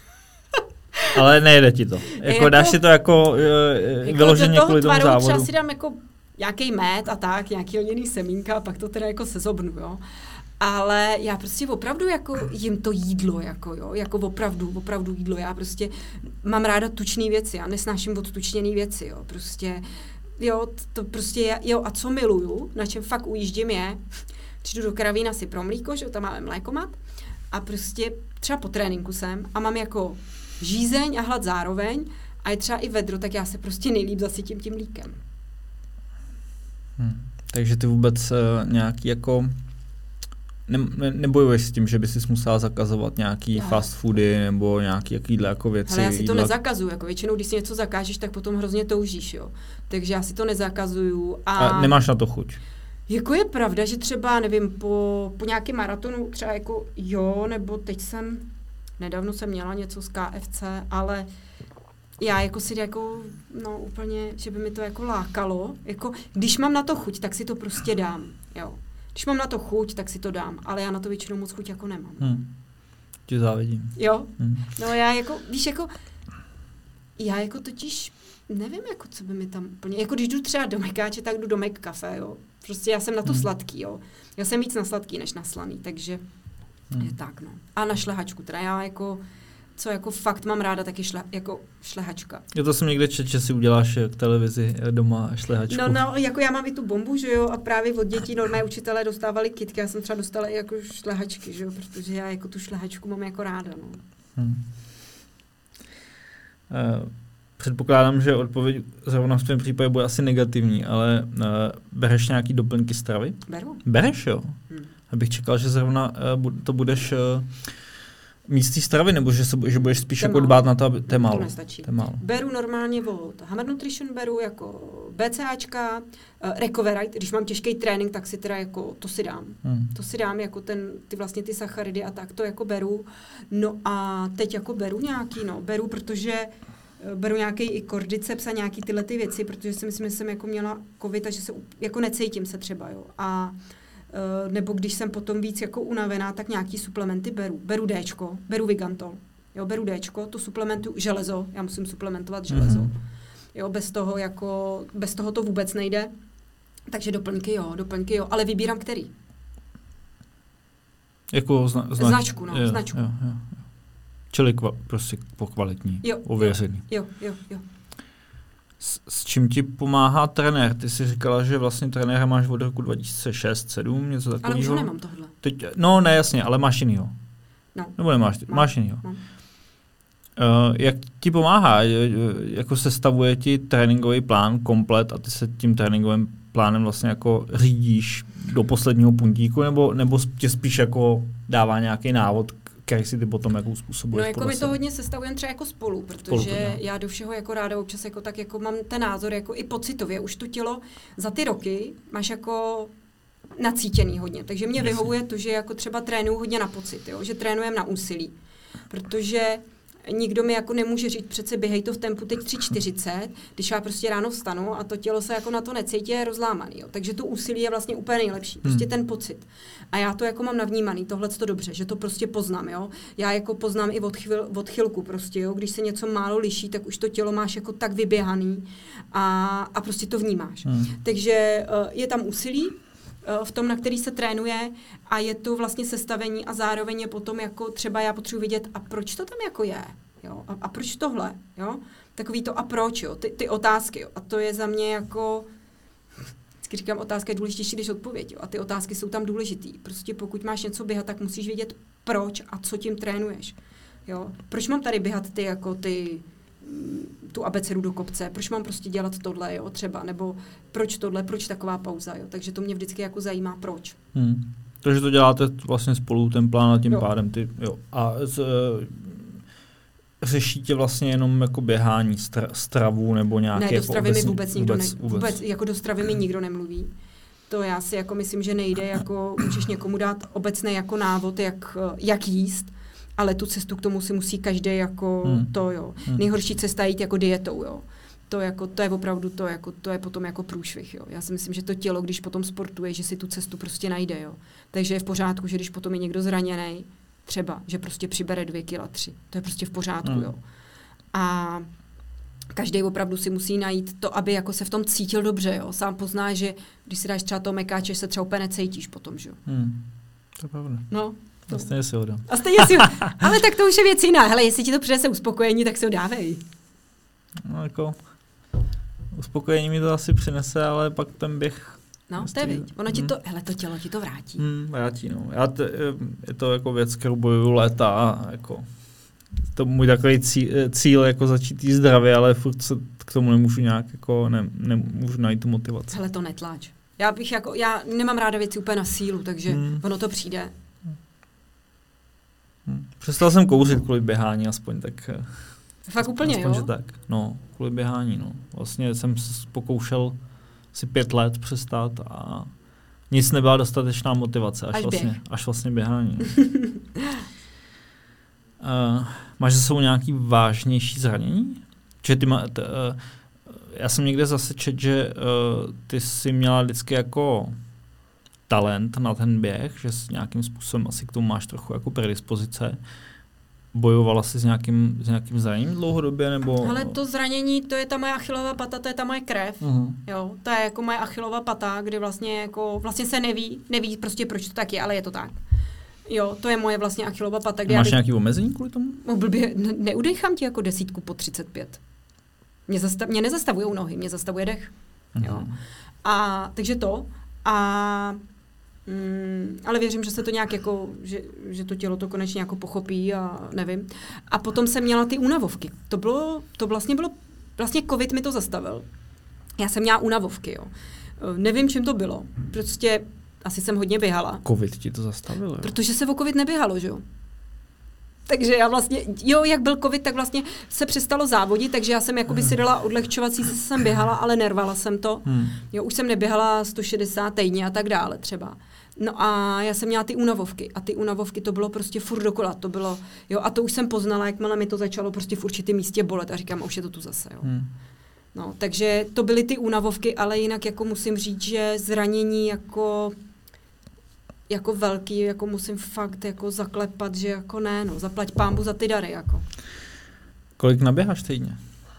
Ale nejde ti to. Jako, jako dáš si to jako, jako vyloženě kvůli tomu závodu. Třeba si dám jako nějaký med a tak, nějaký lněný semínka a pak to teda jako sezobnu, jo. Ale já prostě opravdu jako jim to jídlo, jako jo, jako opravdu, opravdu jídlo. Já prostě mám ráda tučný věci, já nesnáším odtučněný věci, jo. Prostě, jo, to prostě, jo, a co miluju, na čem fakt ujíždím je, přijdu do Kravína si pro mlíko, že jo, tam máme mlékomat a prostě třeba po tréninku jsem a mám jako žízeň a hlad zároveň a je třeba i vedro, tak já se prostě nejlíp zasytím tím mlíkem. Hmm. Takže ty vůbec uh, nějaký jako ne, ne, nebojuješ s tím, že by si musela zakazovat nějaký no. fast foody nebo nějaký jakýhle jako věci. Ale já si to jídla. nezakazuju, jako většinou, když si něco zakážeš, tak potom hrozně toužíš, jo. Takže já si to nezakazuju. A, a nemáš na to chuť? Jako je pravda, že třeba, nevím, po, po nějakém maratonu třeba jako jo, nebo teď jsem, nedávno jsem měla něco z K F C, ale já jako si jako, no úplně, že by mi to jako lákalo, jako když mám na to chuť, tak si to prostě dám, jo. Když mám na to chuť, tak si to dám, ale já na to většinou moc chuť jako nemám. Hmm. Ti závidím. Jo? Hmm. No já jako, víš, jako, já jako totiž nevím, jako co by mi tam úplně, jako když jdu třeba do Mekáče, tak jdu do McCafe, jo. Prostě já jsem na to hmm. sladký, jo. Já jsem víc na sladký, než na slaný, takže hmm. je tak, no. A na šlehačku, teda já jako, co jako fakt mám ráda, tak je šle, jako šlehačka. Jo, to jsem někde čet, že si uděláš k televizi doma šlehačku. No, no, jako já mám i tu bombu, že jo, a právě od dětí normální učitelé dostávali kitky, já jsem třeba dostala i jako šlehačky, že jo, protože já jako tu šlehačku mám jako ráda, no. Hmm. Uh. Předpokládám, že odpověď zrovna v tvém případě bude asi negativní, ale uh, bereš nějaký doplňky stravy? Beru. Bereš, jo? Hmm. Abych čekal, že zrovna uh, to budeš uh, mít z té stravy, nebo že, se, že budeš spíš jako dbát na to, aby to je málo. To nestačí. To je málo. Beru normálně od Hammer Nutrition, beru jako BCAčka, uh, Recoverite, když mám těžký trénink, tak si teda jako to si dám. Hmm. To si dám jako ten, ty vlastně ty sacharidy a tak to jako beru. No a teď jako beru nějaký, no, beru, protože beru nějaký i kordyceps a nějaký tyhle ty věci, protože si myslím, že jsem jako měla covid a že se jako necítím se třeba, jo. A nebo když jsem potom víc jako unavená, tak nějaký suplementy beru. Beru Dčko, beru Vigantol, jo, beru Dčko, to suplementu železo, já musím suplementovat železo. Mm-hmm. Jo, bez toho jako, bez toho to vůbec nejde. Takže doplňky jo, doplňky jo, ale vybírám který. Jako zna, znač, značku, no, jo, značku. Jo, jo. Čili kva, prostě pokvalitní, jo, ověřený. Jo, jo, jo. S, s čím ti pomáhá trenér? Ty jsi říkala, že vlastně trenéra máš od roku dva tisíce šest sedm, něco takového. Ale už ho nemám tohle. Teď, no ne, jasně, ale máš jinýho. No. Nebo nemáš, mám, máš jinýho. Mám. Uh, jak ti pomáhá? Jako sestavuje ti tréninkový plán komplet a ty se tím tréninkovým plánem vlastně jako řídíš do posledního puntíku, nebo, nebo tě spíš jako dává nějaký návod, který si ty potom jakou způsobuješ? No jako my to hodně sestavujeme třeba jako spolu, protože spolu, já do všeho jako ráda občas jako tak jako mám ten názor jako i pocitově. Už to tělo za ty roky máš jako nacítěný hodně, takže mě Jasně. vyhovuje to, že jako třeba trénuju hodně na pocit, jo? Že trénujeme na úsilí, protože nikdo mi jako nemůže říct, přece běhej to v tempu teď tři čtyřicet, když já prostě ráno vstanu a to tělo se jako na to necítí, je rozlámaný. Jo. Takže to úsilí je vlastně úplně nejlepší, prostě hmm. ten pocit. A já to jako mám navnímaný, tohle to dobře, že to prostě poznám, jo. Já jako poznám i od, chvil, od chvilku prostě, jo. Když se něco málo liší, tak už to tělo máš jako tak vyběhaný a, a prostě to vnímáš. Hmm. Takže uh, je tam úsilí, v tom, na který se trénuje a je to vlastně sestavení a zároveň je potom jako třeba já potřebuji vidět a proč to tam jako je, jo, a, a proč tohle, jo, takový to a proč, jo, ty, ty otázky, jo, a to je za mě jako, vždycky říkám, otázka je důležitější než odpověď, jo, a ty otázky jsou tam důležitý, prostě pokud máš něco běhat, tak musíš vědět proč a co tím trénuješ, jo, proč mám tady běhat ty jako ty tu abecedu do kopce, proč mám prostě dělat tohle, jo, třeba, nebo proč tohle, proč taková pauza, jo, takže to mě vždycky jako zajímá, proč. Hmm. Takže to děláte vlastně spolu, ten plán a tím jo. pádem ty, jo, a z, řešíte vlastně jenom jako běhání, stra, stravu nebo nějaké... Ne, do stravy mi vůbec nikdo vůbec, ne, vůbec. vůbec, jako do stravy mi nikdo nemluví. To já si jako myslím, že nejde, jako můžeš někomu dát obecný jako návod, jak, jak jíst, ale tu cestu k tomu si musí každý jako hmm. to, jo. Hmm. Nejhorší cesta je jít jako dietou, jo. To, jako, to je opravdu to, jako, to je potom jako průšvih, jo. Já si myslím, že to tělo, když potom sportuje, že si tu cestu prostě najde, jo. Takže je v pořádku, že když potom je někdo zraněný, třeba, že prostě přibere dvě kila, tři. To je prostě v pořádku, hmm. jo. A každý opravdu si musí najít to, aby jako se v tom cítil dobře, jo. Sám pozná, že když si dáš třeba toho mekáče, se třeba úplně necítíš potom, že jo. Hmm. To je pravda. No. A stejně si ho dám. A stejně si ho... Ale tak to už je věc jiná. Hele, jestli ti to přinese uspokojení, tak si ho dávej. No jako... Uspokojení mi to asi přinese, ale pak ten běh... No, to je viď. Ono ti to... Hmm. Hele, to tělo ti to vrátí. Hmm, vrátí, no. Já t, je to jako věc, kterou bojuju léta a jako... To můj takový cíl, cíl jako začít jíst zdravě, ale furt se k tomu nemůžu nějak jako... Ne, nemůžu najít tu motivaci. Hele, to netláč. Já bych jako, já nemám ráda věci úplně na sílu, takže hmm. ono to přijde. Hmm. Přestal jsem kouřit kvůli běhání aspoň, tak... Fakt úplně, aspoň, jo? Že tak, no, kvůli běhání, no. Vlastně jsem pokoušel si pět let přestat a nic nebyla dostatečná motivace, až, až, vlastně, až vlastně běhání. uh, máš za sebou nějaký vážnější zranění? Že ty má, t, uh, já jsem někde zase čet, že uh, ty jsi měla vždycky jako talent na ten běh, že s nějakým způsobem asi k tomu máš trochu jako predispozice. Bojovala jsi s nějakým, s nějakým zraněním dlouhodobě, nebo... Ale to zranění, to je ta moje achilová pata, to je ta moje krev. Uh-huh. Jo, to je jako moje achilová pata, kdy vlastně jako, vlastně se neví, neví prostě proč to tak je, ale je to tak. Jo, to je moje vlastně achilová pata. Máš já nějaký omezení kvůli tomu? No, blbě, ne, neudechám ti jako desítku po třicet pět. Mě, zastav, mě nezastavujou nohy, mě zastavuje dech. Uh-huh. Jo. A takže to. A... Mm, ale věřím, že se to nějak jako, že, že to tělo to konečně jako pochopí a nevím. A potom jsem měla ty únavovky. To bylo, to vlastně bylo, vlastně covid mi to zastavil. Já jsem měla únavovky, jo. Nevím, čím to bylo. Prostě asi jsem hodně běhala. Covid ti to zastavil, jo? Protože se o covid neběhalo, že jo. Takže já vlastně, jo, jak byl covid, tak vlastně se přestalo závodit, takže já jsem jakoby si dala odlehčovací, se jsem běhala, ale nervala jsem to. Hmm. Jo, už jsem neběhala sto šedesát týdně a tak dále třeba. No a já jsem měla ty únavovky a ty únavovky to bylo prostě furt dokola, to bylo, jo, a to už jsem poznala, jakmile mi to začalo prostě v určitém místě bolet a říkám, už je to tu zase, jo. Hmm. No, takže to byly ty únavovky, ale jinak jako musím říct, že zranění jako jako velký, jako musím fakt jako zaklepat, že jako ne, no, zaplať pánbu za ty dary, jako. Kolik naběháš týdně?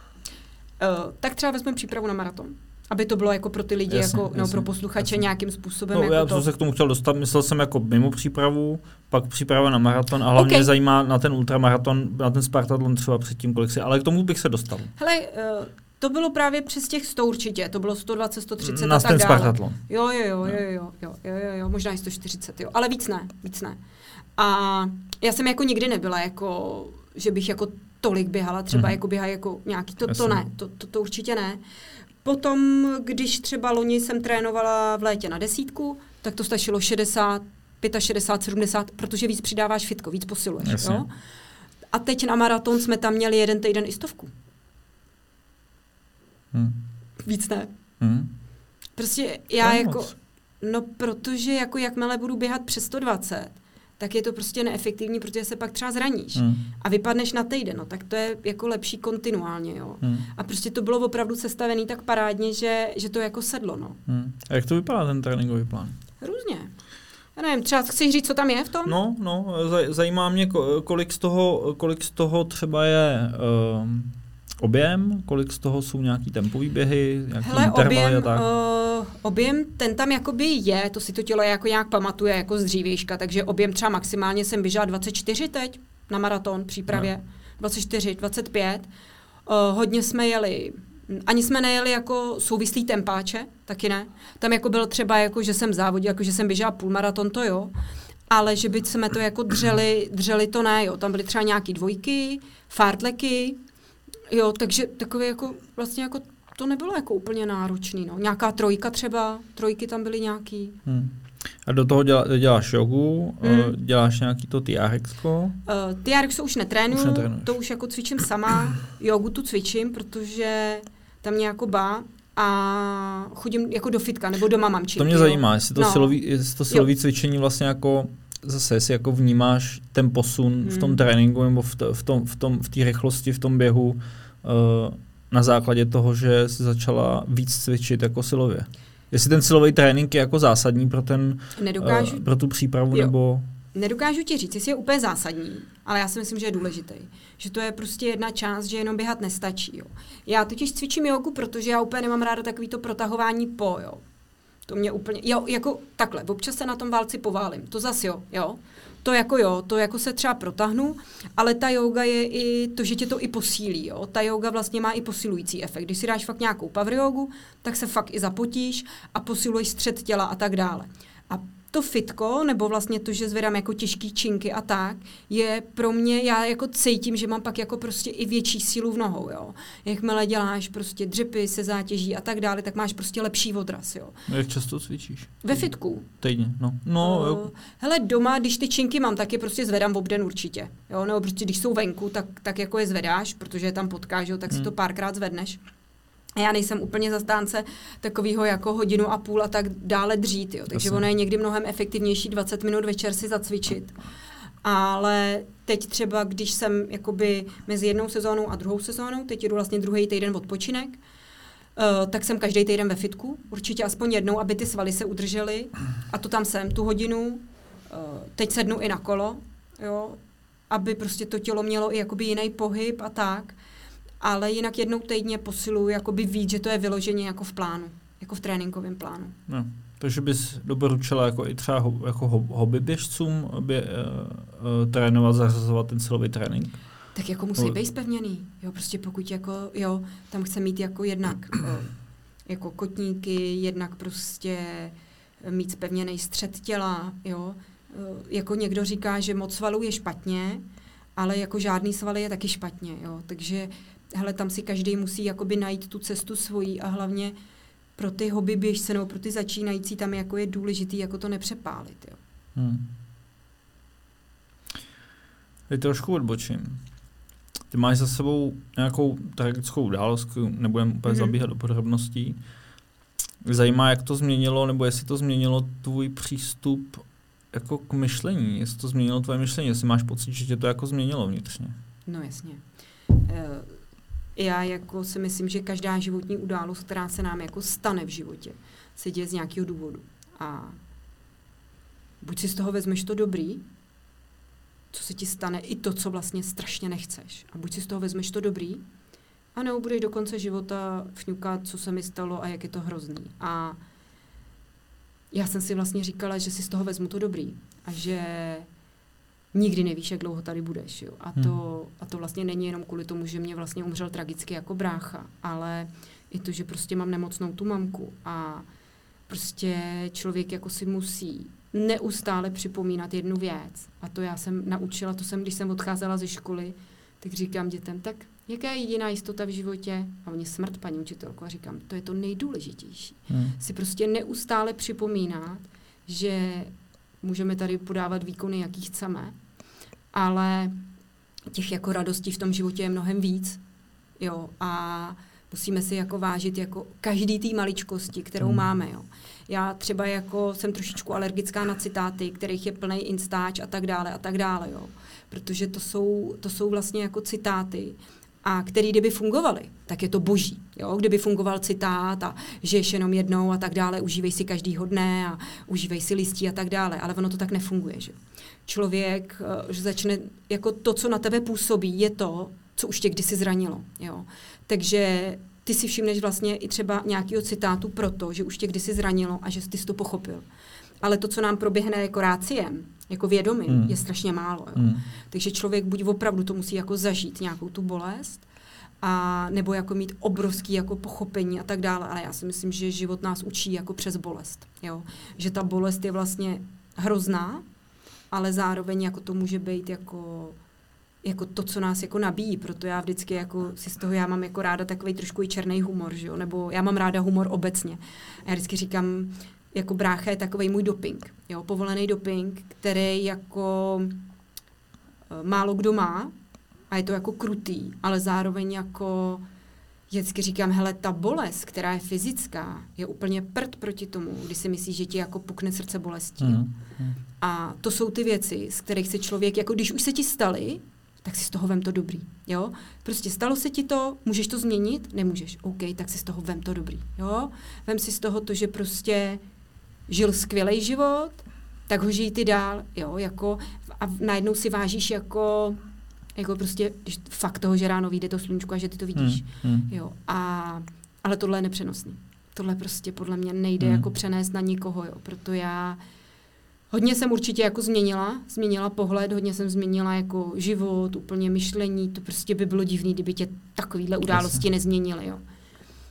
Uh, tak třeba vezmeme přípravu na maraton. Aby to bylo jako pro ty lidi, jasně, jako, nebo pro posluchače jasně. Nějakým způsobem. No, jako já to... jsem se k tomu chtěl dostat, myslel jsem jako mimo přípravu, pak příprava na maraton a hlavně okay. mě zajímá na ten ultramaraton, na ten Spartatlon třeba předtím, kolik si, ale k tomu bych se dostal. Hele, uh, to bylo právě přes těch sto určitě, to bylo sto dvacet, sto třicet na a tak dále. Na ten Spartatlon. Jo, jo, jo, jo, jo, jo, jo, jo, jo, možná i sto čtyřicet, jo, ale víc ne, víc ne. A já jsem jako nikdy nebyla jako, že bych jako tolik běhala, třeba mm. jako běhají jako nějaký, to, to ne, to, to, to určitě ne. Potom, když třeba loni jsem trénovala v létě na desítku, tak to stačilo šedesát, šedesát pět, sedmdesát, protože víc přidáváš fitko, víc posiluješ. Jo? A teď na maraton jsme tam měli jeden týden i stovku. Hmm. Víc ne. Hmm. Prostě já jako, moc. No protože jako jakmile budu běhat přes sto dvacet, tak je to prostě neefektivní, protože se pak třeba zraníš hmm. a vypadneš na týden, no, tak to je jako lepší kontinuálně, jo. Hmm. A prostě to bylo opravdu sestavený tak parádně, že, že to jako sedlo, no. Hmm. A jak to vypadá ten tréninkový plán? Různě. Já nevím, třeba chceš říct, co tam je v tom? No, no, zajímá mě, kolik z toho, kolik z toho třeba je uh, objem, kolik z toho jsou nějaký tempový běhy, nějaký Hele, intervaly objem, a tak. Uh, objem, ten tam jakoby je, to si to tělo jako nějak pamatuje jako z dřívějška, takže objem třeba maximálně jsem běžela dvacet čtyři teď na maraton přípravě, no. dvacet čtyři, dvacet pět. Uh, hodně jsme jeli, ani jsme nejeli jako souvislý tempáče, taky ne. Tam jako byl třeba, jako, že jsem závodil, jako, že jsem běžela půlmaraton, to jo. Ale že by jsme to jako dřeli, dřeli to ne, jo. Tam byly třeba nějaký dvojky, fartleky, jo, takže takové jako vlastně jako to nebylo jako úplně náročný, no. Nějaká trojka třeba, trojky tam byly nějaký. Hmm. A do toho dělá, děláš jogu, hmm. děláš nějaký to T R X-ko? Uh, T R X už netrénuju, už to už jako cvičím sama, jogu tu cvičím, protože tam mě jako bá a chodím jako do fitka nebo do mamamčinky. To mě jo. zajímá, jestli to, no. silový, jestli to silový cvičení vlastně jako zase, jestli jako vnímáš ten posun hmm. v tom tréninku nebo v, t- v tom v tom v té rychlosti, v tom běhu uh, na základě toho, že jsi začala víc cvičit jako silově. Jestli ten silový trénink je jako zásadní pro ten Nedokážu, uh, pro tu přípravu jo. nebo... Nedokážu ti říct, jestli je úplně zásadní, ale já si myslím, že je důležitý. Že to je prostě jedna část, že jenom běhat nestačí. Jo. Já totiž cvičím jogu, protože já úplně nemám ráda takový to protahování po, jo. To mě úplně, jo, jako takhle, občas se na tom válci poválím, to zas jo, jo. To jako jo, to jako se třeba protahnu, ale ta yoga je i to, že tě to i posílí, jo. Ta yoga vlastně má i posilující efekt. Když si dáš fakt nějakou power jogu, tak se fakt i zapotíš a posiluješ střed těla a tak dále. A to fitko, nebo vlastně to, že zvedám jako těžký činky a tak, je pro mě, já jako cítím, že mám pak jako prostě i větší sílu v nohou, jo. Jakmile děláš prostě dřepy se zátěží a tak dále, tak máš prostě lepší odraz, jo. Jak často cvičíš? Ve fitku. Týdně, no. No, uh, jo. Hele, doma, když ty činky mám, tak je prostě zvedám v obden určitě, jo. Nebo prostě, když jsou venku, tak, tak jako je zvedáš, protože je tam potkáš, jo, tak si hmm. to párkrát zvedneš. Já nejsem úplně zastánce takového jako hodinu a půl a tak dále dřít, jo. Takže Jasně. ono je někdy mnohem efektivnější dvacet minut večer si zacvičit. Ale teď třeba, když jsem jakoby mezi jednou sezónou a druhou sezónou, teď jdu vlastně druhý týden odpočinek, uh, tak jsem každý týden ve fitku, určitě aspoň jednou, aby ty svaly se udržely. A to tam jsem tu hodinu, uh, teď sednu i na kolo, jo, aby prostě to tělo mělo i jakoby jiný pohyb a tak. Ale jinak jednou týdně posiluju jakoby víc, že to je vyloženě jako v plánu, jako v tréninkovém plánu. No, takže bys doporučila jako i třeba ho, jako hobby běžcům, aby uh, uh, trénovat, zařazovat ten silový trénink? Tak jako musí no. být zpevněný, jo, prostě pokud jako, jo, tam chce mít jako jednak uh, jako kotníky, jednak prostě mít zpevněný střed těla, jo, uh, jako někdo říká, že moc svalů je špatně, ale jako žádný svaly je taky špatně, jo, takže hele, tam si každý musí jakoby najít tu cestu svojí a hlavně pro ty hobby běžce nebo pro ty začínající tam jako je důležitý jako to nepřepálit, jo. Hmm. Teď trošku odbočím. Ty máš za sebou nějakou tragickou událost, nebudeme úplně mm-hmm. zabíhat do podrobností. Zajímá, jak to změnilo, nebo jestli to změnilo tvůj přístup jako k myšlení, jestli to změnilo tvoje myšlení, jestli máš pocit, že tě to jako změnilo vnitřně. No jasně. Já jako si myslím, že každá životní událost, která se nám jako stane v životě, se děje z nějakého důvodu. A buď si z toho vezmeš to dobrý, co se ti stane, i to, co vlastně strašně nechceš. A buď si z toho vezmeš to dobrý, a nebo budeš do konce života fňukat, co se mi stalo a jak je to hrozný. A já jsem si vlastně říkala, že si z toho vezmu to dobrý. A že nikdy nevíš, jak dlouho tady budeš. Jo. A, to, a to vlastně není jenom kvůli tomu, že mě vlastně umřel tragicky jako brácha, ale i to, že prostě mám nemocnou tu mamku a prostě člověk jako si musí neustále připomínat jednu věc. A to já jsem naučila, to jsem, když jsem odcházela ze školy, tak říkám dětem, tak jaká je jediná jistota v životě? A oni smrt, paní učitelko. A říkám, to je to nejdůležitější. Hmm. Si prostě neustále připomínat, že můžeme tady podávat výkony, jaký chceme, ale těch jako radostí v tom životě je mnohem víc. Jo, a musíme si jako vážit jako každý té maličkosti, kterou hmm. máme. Jo. Já třeba jako jsem trošičku alergická na citáty, kterých je plný instač a tak dále a tak dále. Jo. Protože to jsou, to jsou vlastně jako citáty, a který kdyby fungovaly, tak je to boží. Jo? Kdyby fungoval citát a žiješ jenom jednou a tak dále, užívej si každýho dne a užívej si listí a tak dále, ale ono to tak nefunguje. Že? Člověk uh, že začne, jako to, co na tebe působí, je to, co už tě kdysi zranilo. Jo? Takže ty si všimneš vlastně i třeba nějakého citátu proto, že už tě kdysi zranilo a že ty jsi to pochopil. Ale to, co nám proběhne jako ráciem, jako vědomím, mm. je strašně málo. Jo. Mm. Takže člověk buď opravdu to musí jako zažít nějakou tu bolest, a nebo jako mít obrovský jako pochopení a tak dále. Ale já si myslím, že život nás učí jako přes bolest. Jo. Že ta bolest je vlastně hrozná, ale zároveň jako to může být jako, jako to, co nás jako nabíjí. Proto já vždycky jako si z toho, já mám jako ráda takovej trošku i černý humor, že jo? Nebo já mám ráda humor obecně. A já vždycky říkám, jako brácha je takovej můj doping, jo, povolený doping, který jako e, málo kdo má a je to jako krutý, ale zároveň jako vždycky říkám, hele, ta bolest, která je fyzická, je úplně prd proti tomu, když si myslíš, že ti jako pukne srdce bolestí. Mm. Mm. A to jsou ty věci, z kterých se člověk, jako když už se ti staly, tak si z toho vem to dobrý, jo. Prostě stalo se ti to, můžeš to změnit? Nemůžeš. OK, tak si z toho vem to dobrý, jo. Vem si z toho to, že prostě žil skvělý život, tak ho žij ty dál, jo, jako a najednou si vážíš jako, jako prostě, když fakt toho, že ráno vyjde to sluníčko a že ty to vidíš, hmm, hmm. jo, a, ale tohle je nepřenosný. Tohle prostě podle mě nejde hmm. jako přenést na nikoho, jo, proto já hodně jsem určitě jako změnila, změnila pohled, hodně jsem změnila jako život, úplně myšlení, to prostě by bylo divný, kdyby tě takovýhle události nezměnily, jo.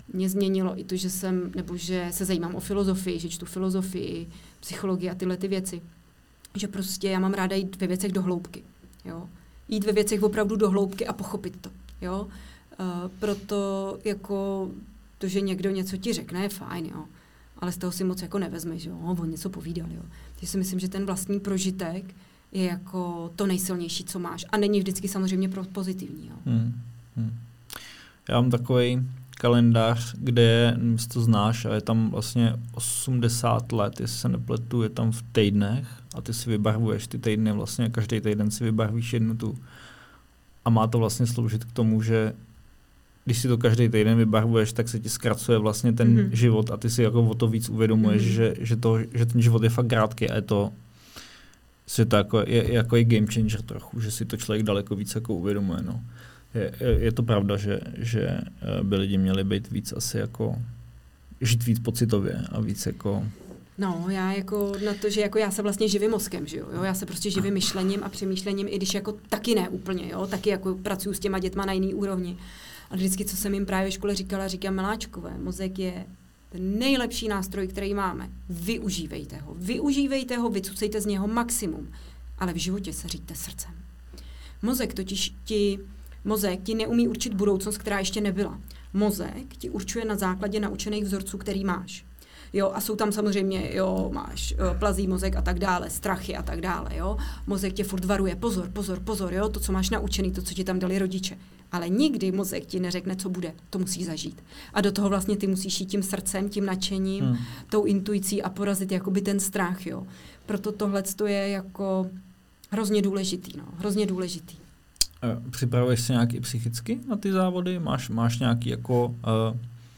mě změnilo i to, že jsem, nebo že se zajímám o filozofii, že čtu filozofii, psychologii a tyhle ty věci. Že prostě já mám ráda jít ve věcech do hloubky. Jo? Jít ve věcech opravdu do hloubky a pochopit to. Jo? Uh, proto jako to, že někdo něco ti řekne, je fajn, jo. Ale z toho si moc jako nevezmeš, jo. On něco povídal, jo. Takže si myslím, že ten vlastní prožitek je jako to nejsilnější, co máš. A není vždycky samozřejmě pro pozitivní, jo. Hmm. Hmm. Já mám takový kalendář, kde je, to znáš, a je tam vlastně osmdesát let, jestli se nepletu, je tam v týdnech a ty si vybarvuješ ty týdny, vlastně každý týden si vybarvíš jednu tu. A má to vlastně sloužit k tomu, že když si to každý týden vybarvuješ, tak se ti zkracuje vlastně ten mm-hmm. život a ty si jako o to víc uvědomuješ, mm-hmm. že, že, to, že ten život je fakt krátký a je to, je to jako, je, jako je game changer trochu, že si to člověk daleko víc jako uvědomuje. No. Je, je, je to pravda, že, že by lidi měli být víc asi jako, žít víc pocitově a víc jako... No, já jako na to, že jako já se vlastně živím mozkem, že jo? Já se prostě živím myšlením a přemýšlením, i když jako taky ne úplně, jo? Taky jako pracuji s těma dětma na jiný úrovni. A vždycky, co jsem jim právě ve škole říkala, říkám, miláčkové, mozek je ten nejlepší nástroj, který máme. Využívejte ho. Využívejte ho, vycucejte z něho maximum. Ale v životě se říďte srdcem. Mozek totiž ti, mozek ti neumí určit budoucnost, která ještě nebyla. Mozek ti určuje na základě naučených vzorců, který máš. Jo, a jsou tam samozřejmě, jo, máš jo, plazí mozek a tak dále, strachy a tak dále, jo. Mozek tě furt varuje, pozor, pozor, pozor, jo, to, co máš naučený, to, co ti tam dali rodiče. Ale nikdy mozek ti neřekne, co bude, to musíš zažít. A do toho vlastně ty musíš jít tím srdcem, tím nadšením, hmm. tou intuicí a porazit jakoby ten strach, jo. Proto tohleto je jako hrozně důležitý, no, hrozně důležitý. Připravuješ se nějak i psychicky na ty závody? Máš, máš nějaký jako... Uh...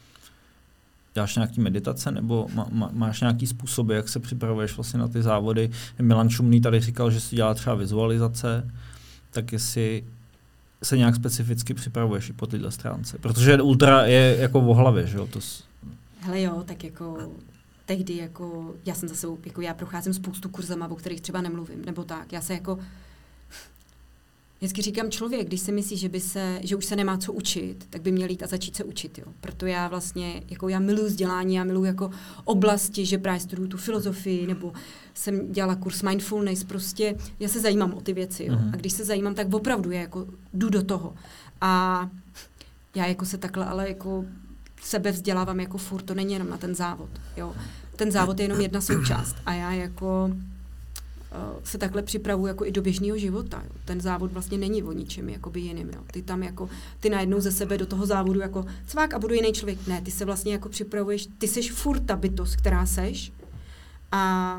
Děláš nějaký meditace, nebo má, má, máš nějaký způsoby, jak se připravuješ vlastně na ty závody? Milan Šumný tady říkal, že si dělá třeba vizualizace, tak jestli se nějak specificky připravuješ i po této stránce. Protože ultra je jako o hlavě, že jo? To s... Hele jo, tak jako tehdy jako, já jsem zase, jako já procházím spoustu kurzama, o kterých třeba nemluvím, nebo tak, já se jako vždycky říkám, člověk, když si myslí, že, by se, že už se nemá co učit, tak by měl jít a začít se učit. Jo. Proto já vlastně, jako já miluji vzdělání, já miluji jako oblasti, že právě studuju tu filozofii, nebo jsem dělala kurz mindfulness, prostě já se zajímám o ty věci. Jo. Uh-huh. A když se zajímám, tak opravdu já jako jdu do toho. A já jako se takhle, ale jako sebe vzdělávám jako furt, to není jenom na ten závod. Jo. Ten závod je jenom jedna součást. A já jako... se takhle připravuju jako i do běžného života. Jo. Ten závod vlastně není o ničem jakoby jiným. Jo. Ty tam jako, ty najednou ze sebe do toho závodu jako cvák a budu jiný člověk. Ne, ty se vlastně jako připravuješ, ty seš furt ta bytost, která seš. A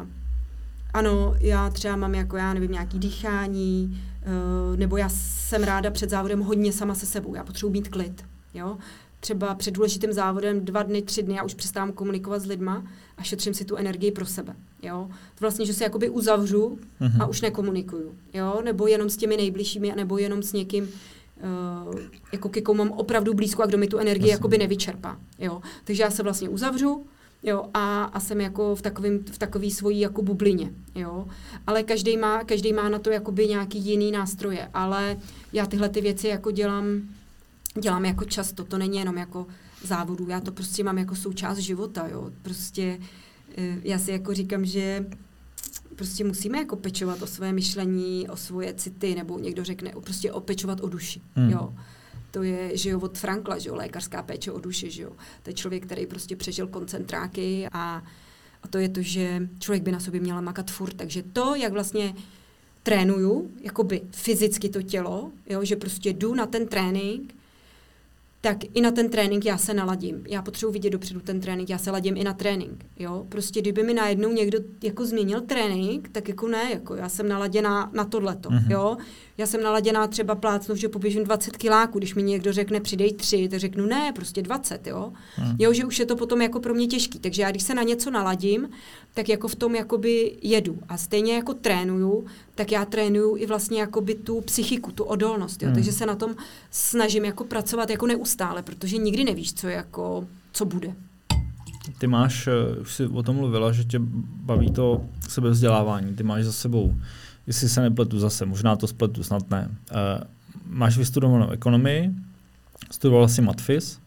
ano, já třeba mám jako, já nevím, nějaký dýchání, nebo já jsem ráda před závodem hodně sama se sebou. Já potřebuji mít klid. Jo. Třeba před důležitým závodem dva dny, tři dny já už přestávám komunikovat s lidma a šetřím si tu energii pro sebe. Jo? To vlastně, že se jakoby uzavřu uh-huh. a už nekomunikuju. Jo? Nebo jenom s těmi nejbližšími, nebo jenom s někým, uh, jako ke komu mám opravdu blízko a kdo mi tu energii jakoby nevyčerpá. Jo? Takže já se vlastně uzavřu, jo? A, a jsem jako v takovým, v takový svojí jako bublině. Jo? Ale každý má, každý má na to jakoby nějaký jiný nástroje. Ale já tyhle ty věci jako dělám Dělám jako často, to není jenom jako závodu, já to prostě mám jako součást života, jo, prostě já si jako říkám, že prostě musíme jako pečovat o své myšlení, o svoje city, nebo někdo řekne prostě opečovat o duši, hmm. jo. To je, že jo, od Frankla, že jo, lékařská péče o duši, že jo. To je člověk, který prostě přežil koncentráky a, a to je to, že člověk by na sobě měl makat furt, takže to, jak vlastně trénuju, jakoby fyzicky to tělo, jo, že prostě jdu na ten trénink, tak i na ten trénink já se naladím. Já potřebuji vidět dopředu ten trénink, já se ladím i na trénink. Jo? Prostě kdyby mi najednou někdo jako změnil trénink, tak jako ne, jako já jsem naladěná na tohleto. Mm-hmm. Jo? Já jsem naladěná třeba plácnout, že poběžím dvacet kiláků, když mi někdo řekne přidej tři, tak řeknu ne, prostě dvacet, jo. Mm. Jo, že už je to potom jako pro mě těžký. Takže já když se na něco naladím, tak jako v tom jakoby jedu. A stejně jako trénuju, tak já trénuju i vlastně jakoby tu psychiku, tu odolnost, jo. Mm. Takže se na tom snažím jako pracovat jako neustále, protože nikdy nevíš, co jako, co bude. Ty máš, už jsi o tom mluvila, že tě baví to sebevzdělávání. Ty máš za sebou, jestli se nepletu zase, možná to spletu, snad ne. Uh, máš vystudovanou ekonomii, studovala si matfis,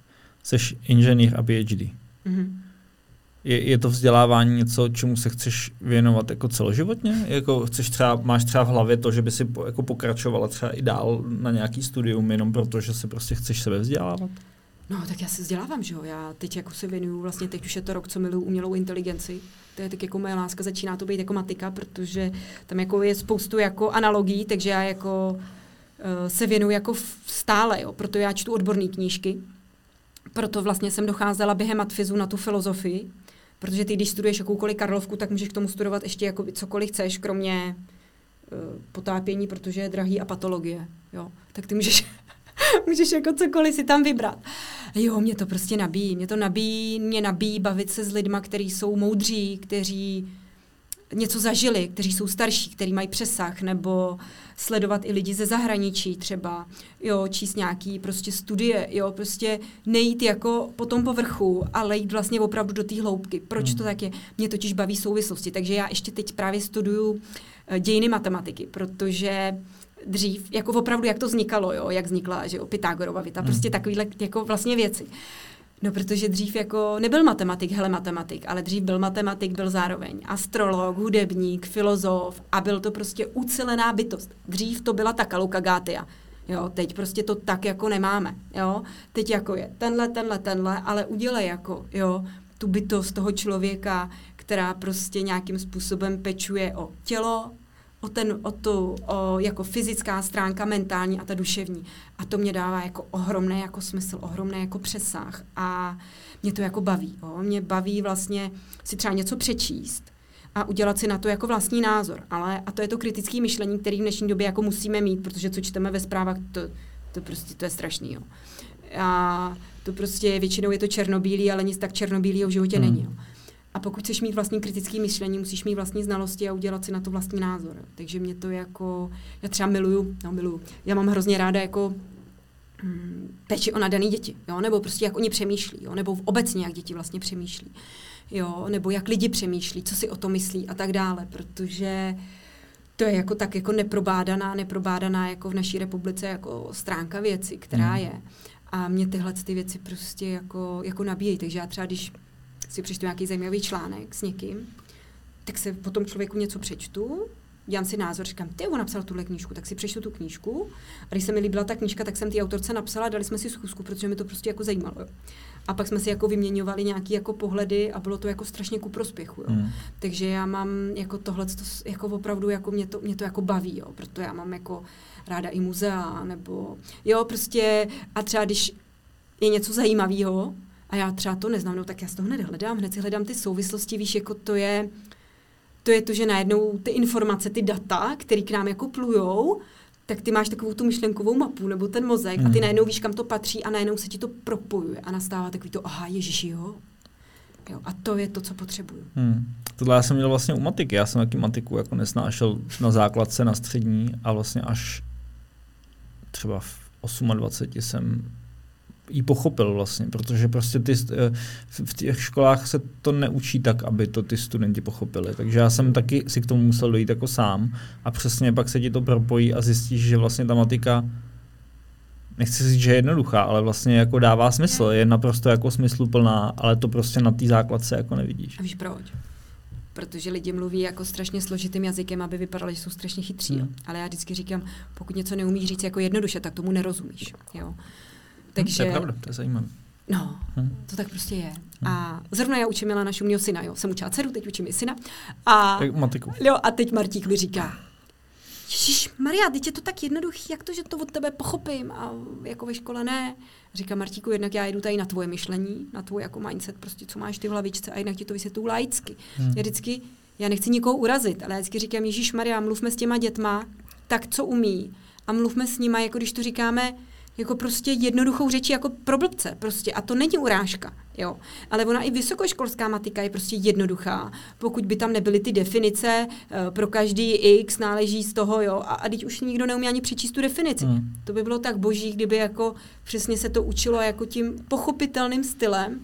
Jseš inženýr a PhD. Mm-hmm. Je, je to vzdělávání něco, čemu se chceš věnovat jako celoživotně? Jako chceš třeba, máš třeba v hlavě to, že by si po, jako pokračovala třeba i dál na nějaký studium, jenom proto, že se prostě chceš sebe vzdělávat? No, tak já se vzdělávám, že jo. Já teď jako se věnuju, vlastně teď už je to rok, co miluju umělou inteligenci. To je tak jako moje láska, začíná to být jako matika, protože tam jako je spoustu jako analogií, takže já jako uh, se věnuju jako stále, jo. Proto já čtu odborné knížky. Proto vlastně jsem docházela během matfizu na tu filozofii, protože ty, když studuješ jakoukoliv Karlovku, tak můžeš k tomu studovat ještě jako cokoliv chceš, kromě uh, potápění, protože je drahý, a patologie, jo. Tak ty můžeš... Můžeš jako cokoliv si tam vybrat. Jo, mě to prostě nabíjí. Mě to nabíjí, mě nabíjí bavit se s lidma, kteří jsou moudří, kteří něco zažili, kteří jsou starší, kteří mají přesah, nebo sledovat i lidi ze zahraničí třeba, jo, číst nějaký prostě studie, jo, prostě nejít jako po tom povrchu, ale jít vlastně opravdu do té hloubky. Proč to tak je? Mě totiž baví souvislosti, takže já ještě teď právě studuju dějiny matematiky, protože dřív, jako opravdu, jak to vznikalo, jo, jak vznikla, že jo, Pythagorova věta, hmm. prostě takovýhle jako vlastně věci. No, protože dřív jako nebyl matematik, hele matematik, ale dřív byl matematik, byl zároveň astrolog, hudebník, filozof a byl to prostě ucelená bytost. Dřív to byla ta Kalukagatia. Jo, teď prostě to tak jako nemáme, jo. Teď jako je tenhle, tenhle, tenhle, ale udělej jako, jo, tu bytost toho člověka, která prostě nějakým způsobem pečuje o tělo, o ten, o tu, o jako fyzická stránka, mentální a ta duševní. A to mě dává jako ohromný jako smysl, ohromný jako přesah. A mě to jako baví. Jo. Mě baví vlastně si třeba něco přečíst a udělat si na to jako vlastní názor. Ale, a to je to kritické myšlení, který v dnešní době jako musíme mít, protože co čteme ve zprávách, to, to prostě to je strašný. Jo. A to prostě většinou je to černobílý, ale nic tak černobílýho v životě hmm. není. Jo. A pokud chceš mít vlastní kritické myšlení, musíš mít vlastní znalosti a udělat si na to vlastní názor. Takže mě to jako, já třeba miluju, no miluju, já mám hrozně ráda jako hm, péči o nadaný děti, jo, nebo prostě jak oni přemýšlí, jo, nebo obecně jak děti vlastně přemýšlí, jo, nebo jak lidi přemýšlí, co si o to myslí a tak dále, protože to je jako tak jako neprobádaná, neprobádaná jako v naší republice jako stránka věci, která hmm. je. A mě tyhle ty věci prostě jako, jako nabíjejí, takže já třeba když si přečtu nějaký zajímavý článek s někým, tak se potom člověku něco přečtu, dělám si názor, říkám, ty, on napsal tuhle knížku, tak si přečtu tu knížku. A když se mi líbila ta knížka, tak jsem té autorce napsala, dali jsme si schůzku, protože mi to prostě jako zajímalo. Jo. A pak jsme si jako vyměňovali nějaký jako pohledy a bylo to jako strašně ku prospěchu. Jo. Mm. Takže já mám jako tohle, jako opravdu, jako mě to, mě to jako baví, jo. Proto já mám jako ráda i muzea, nebo jo, prostě a třeba když je něco zajímavého, a já třeba to neznám, no tak já z toho hned hledám, hned si hledám ty souvislosti, víš, jako to je, to je to, že najednou ty informace, ty data, které k nám jako plujou, tak ty máš takovou tu myšlenkovou mapu, nebo ten mozek, hmm. a ty najednou víš, kam to patří a najednou se ti to propojuje a nastává takový to, aha, ježiši, jo. jo. A to je to, co potřebuju. Hmm. Tohle já jsem měl vlastně u matiky, já jsem taky matiku jako nesnášel na základce, na střední a vlastně až třeba v dvaceti osmi jsem jí pochopil vlastně, protože prostě ty, v těch školách se to neučí tak, aby to ty studenti pochopili. Takže já jsem taky si k tomu musel dojít jako sám a přesně pak se ti to propojí a zjistíš, že vlastně ta matika, nechci říct, že je jednoduchá, ale vlastně jako dává smysl, je naprosto jako smysluplná, ale to prostě na té základce jako nevidíš. A víš proč? Protože lidi mluví jako strašně složitým jazykem, aby vypadali, že jsou strašně chytří. Hmm. Ale já vždycky říkám, pokud něco neumíš říct jako jednoduše, tak tomu nerozumíš. Jo? Takže, to je pravda, to je zajímavé. No, hmm. to tak prostě je. Hmm. A zrovna já učím Milana našeho syna, jo. Jsem učila dceru, teď učím i syna. A, tak matiku. Jo, a teď Martík mi říká, Ježíš Maria, teď je to tak jednoduchý, jak to, že to od tebe pochopím a jako ve škole ne. Říká Martíku, jednak já jdu tady na tvoje myšlení, na tvůj jako mindset, prostě co máš ty v hlavičce a jednak ti to vysvětluji laicky. Hmm. Já vždycky, já nechci nikoho urazit, ale já vždycky říkám, Ježíš Maria, mluvme s těma dětma, tak co umí a mluvme s nima, jako když to říkáme, jako prostě jednoduchou řečí jako pro blbce prostě. A to není urážka, jo. Ale ona i vysokoškolská matika je prostě jednoduchá. Pokud by tam nebyly ty definice, pro každý x náleží z toho, jo. A, a teď už nikdo neumí ani přečíst tu definici. Hmm. To by bylo tak boží, kdyby jako přesně se to učilo jako tím pochopitelným stylem,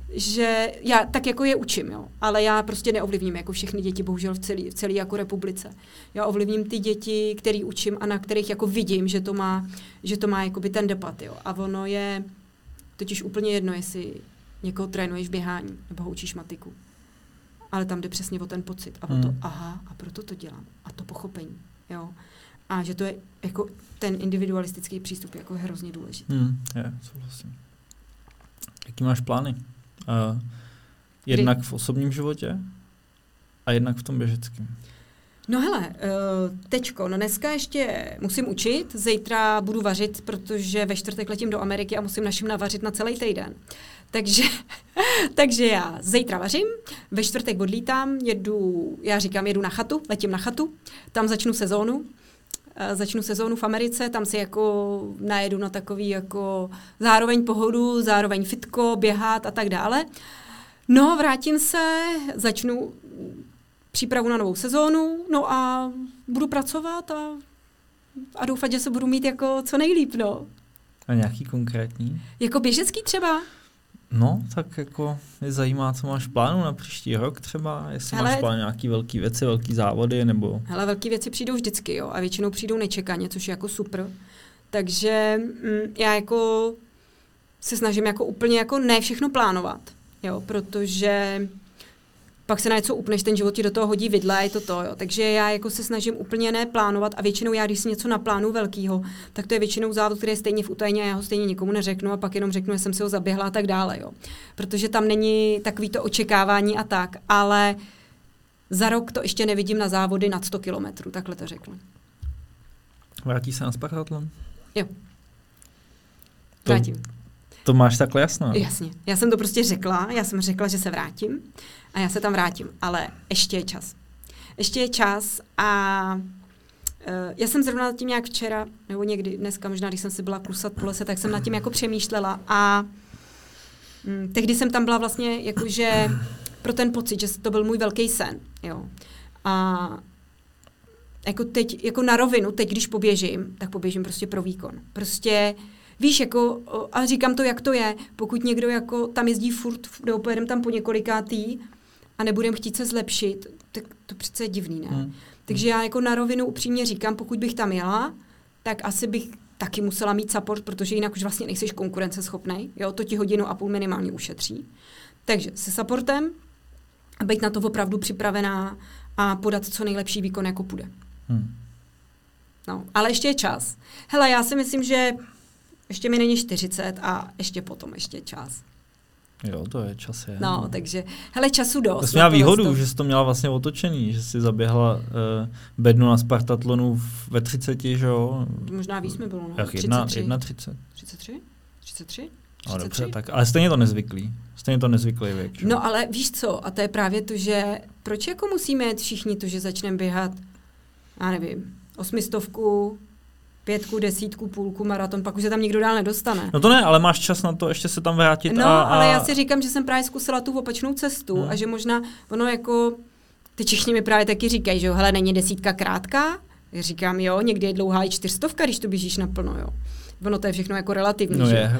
že já tak jako je učím, jo, ale já prostě neovlivním jako všechny děti, bohužel v celé v celé jako republice. Já ovlivním ty děti, který učím a na kterých jako vidím, že to má, že to má jakoby ten dopad, jo. A ono je, totiž úplně jedno, jestli někoho trénuješ v běhání nebo ho učíš matiku. Ale tam jde přesně o ten pocit a o hmm. to, aha, a proto to dělám. A to pochopení, jo. A že to je jako ten individualistický přístup jako je hrozně důležitý. Hmm, je, souhlasím. Jaký máš plány? Uh, jednak Kdy? v osobním životě a jednak v tom běžeckém. No hele, teďko, no dneska ještě musím učit, zítra budu vařit, protože ve čtvrtek letím do Ameriky a musím našim navařit na celý týden. Takže, takže já zítra vařím, ve čtvrtek odlítám, jedu, já říkám, jedu na chatu, letím na chatu, tam začnu sezónu, začnu sezónu v Americe, tam si jako najedu na takový jako zároveň pohodu, zároveň fitko, běhat a tak dále. No, vrátím se, začnu přípravu na novou sezónu, no a budu pracovat a, a doufat, že se budu mít jako co nejlíp, no. A nějaký konkrétní? Jako běžecký třeba? No, tak jako mě zajímá, co máš v plánu na příští rok třeba, jestli hele, máš plán nějaký velký věci, velký závody, nebo... Hele, velký věci přijdou vždycky, jo, a většinou přijdou nečekaně, což je jako super. Takže mm, já jako se snažím jako úplně jako ne všechno plánovat, jo, protože pak se na něco upneš, ten život ti do toho hodí vidle a je to to, jo. Takže já jako se snažím úplně neplánovat a většinou já, když si něco naplánu velkýho, tak to je většinou závod, který je stejně v utajeně a já ho stejně nikomu neřeknu a pak jenom řeknu, že jsem si ho zaběhla a tak dále, jo. Protože tam není takový to očekávání a tak, ale za rok to ještě nevidím na závody nad sto kilometrů, takhle to řeknu. Vrátí se na Spartatlon? Jo. Vrátím. To, to máš takhle jasno? Jasně. Já jsem to prostě řekla, já jsem řekla, že se vrátím. A já se tam vrátím, ale ještě je čas. Ještě je čas a uh, já jsem zrovna nad tím nějak včera, nebo někdy dneska, možná když jsem si byla klusat po lese, tak jsem nad tím jako přemýšlela a um, tehdy jsem tam byla vlastně jakože pro ten pocit, že to byl můj velký sen, jo. A jako teď, jako na rovinu, teď když poběžím, tak poběžím prostě pro výkon. Prostě víš, jako, a říkám to, jak to je, pokud někdo jako tam jezdí furt, nebo pojedem tam po několikátý a nebudem chtít se zlepšit, tak to přece je divný, ne? Hmm. Takže já jako na rovinu upřímně říkám, pokud bych tam jela, tak asi bych taky musela mít support, protože jinak už vlastně nejseš konkurenceschopnej, jo, to ti hodinu a půl minimálně ušetří. Takže se supportem a být na to opravdu připravená a podat co nejlepší výkon, jako půjde. Hmm. No, ale ještě je čas. Hele, já si myslím, že ještě mi není čtyřicet a ještě potom ještě čas. Jo, to je čas. Je. No, takže, hele, času dost. To jsi měla výhodu, to... že jsi to měla vlastně otočený, že jsi zaběhla uh, bednu na Spartatlonu ve třiceti, že jo? Možná víc mi bylo, no. Jak jedna, jedna třicet. třicet tři? třicet tři? No, dobře, tak, ale stejně to nezvyklý. Stejně to nezvyklý věk. Že? No, ale víš co, a to je právě to, že proč jako musíme jet všichni to, že začneme běhat, já nevím, osmistovku, pětku, desítku, půlku, maraton, pak už se tam nikdo dál nedostane. No to ne, ale máš čas na to ještě se tam vrátit. No, a, a... ale já si říkám, že jsem právě zkusila tu opačnou cestu hmm. a že možná ono jako, ty všichni mi právě taky říkají, že jo, hele, není desítka krátká? Já říkám, jo, někdy je dlouhá i čtyřstovka, když to běžíš naplno, jo. Ono to je všechno jako relativní, no že? Je,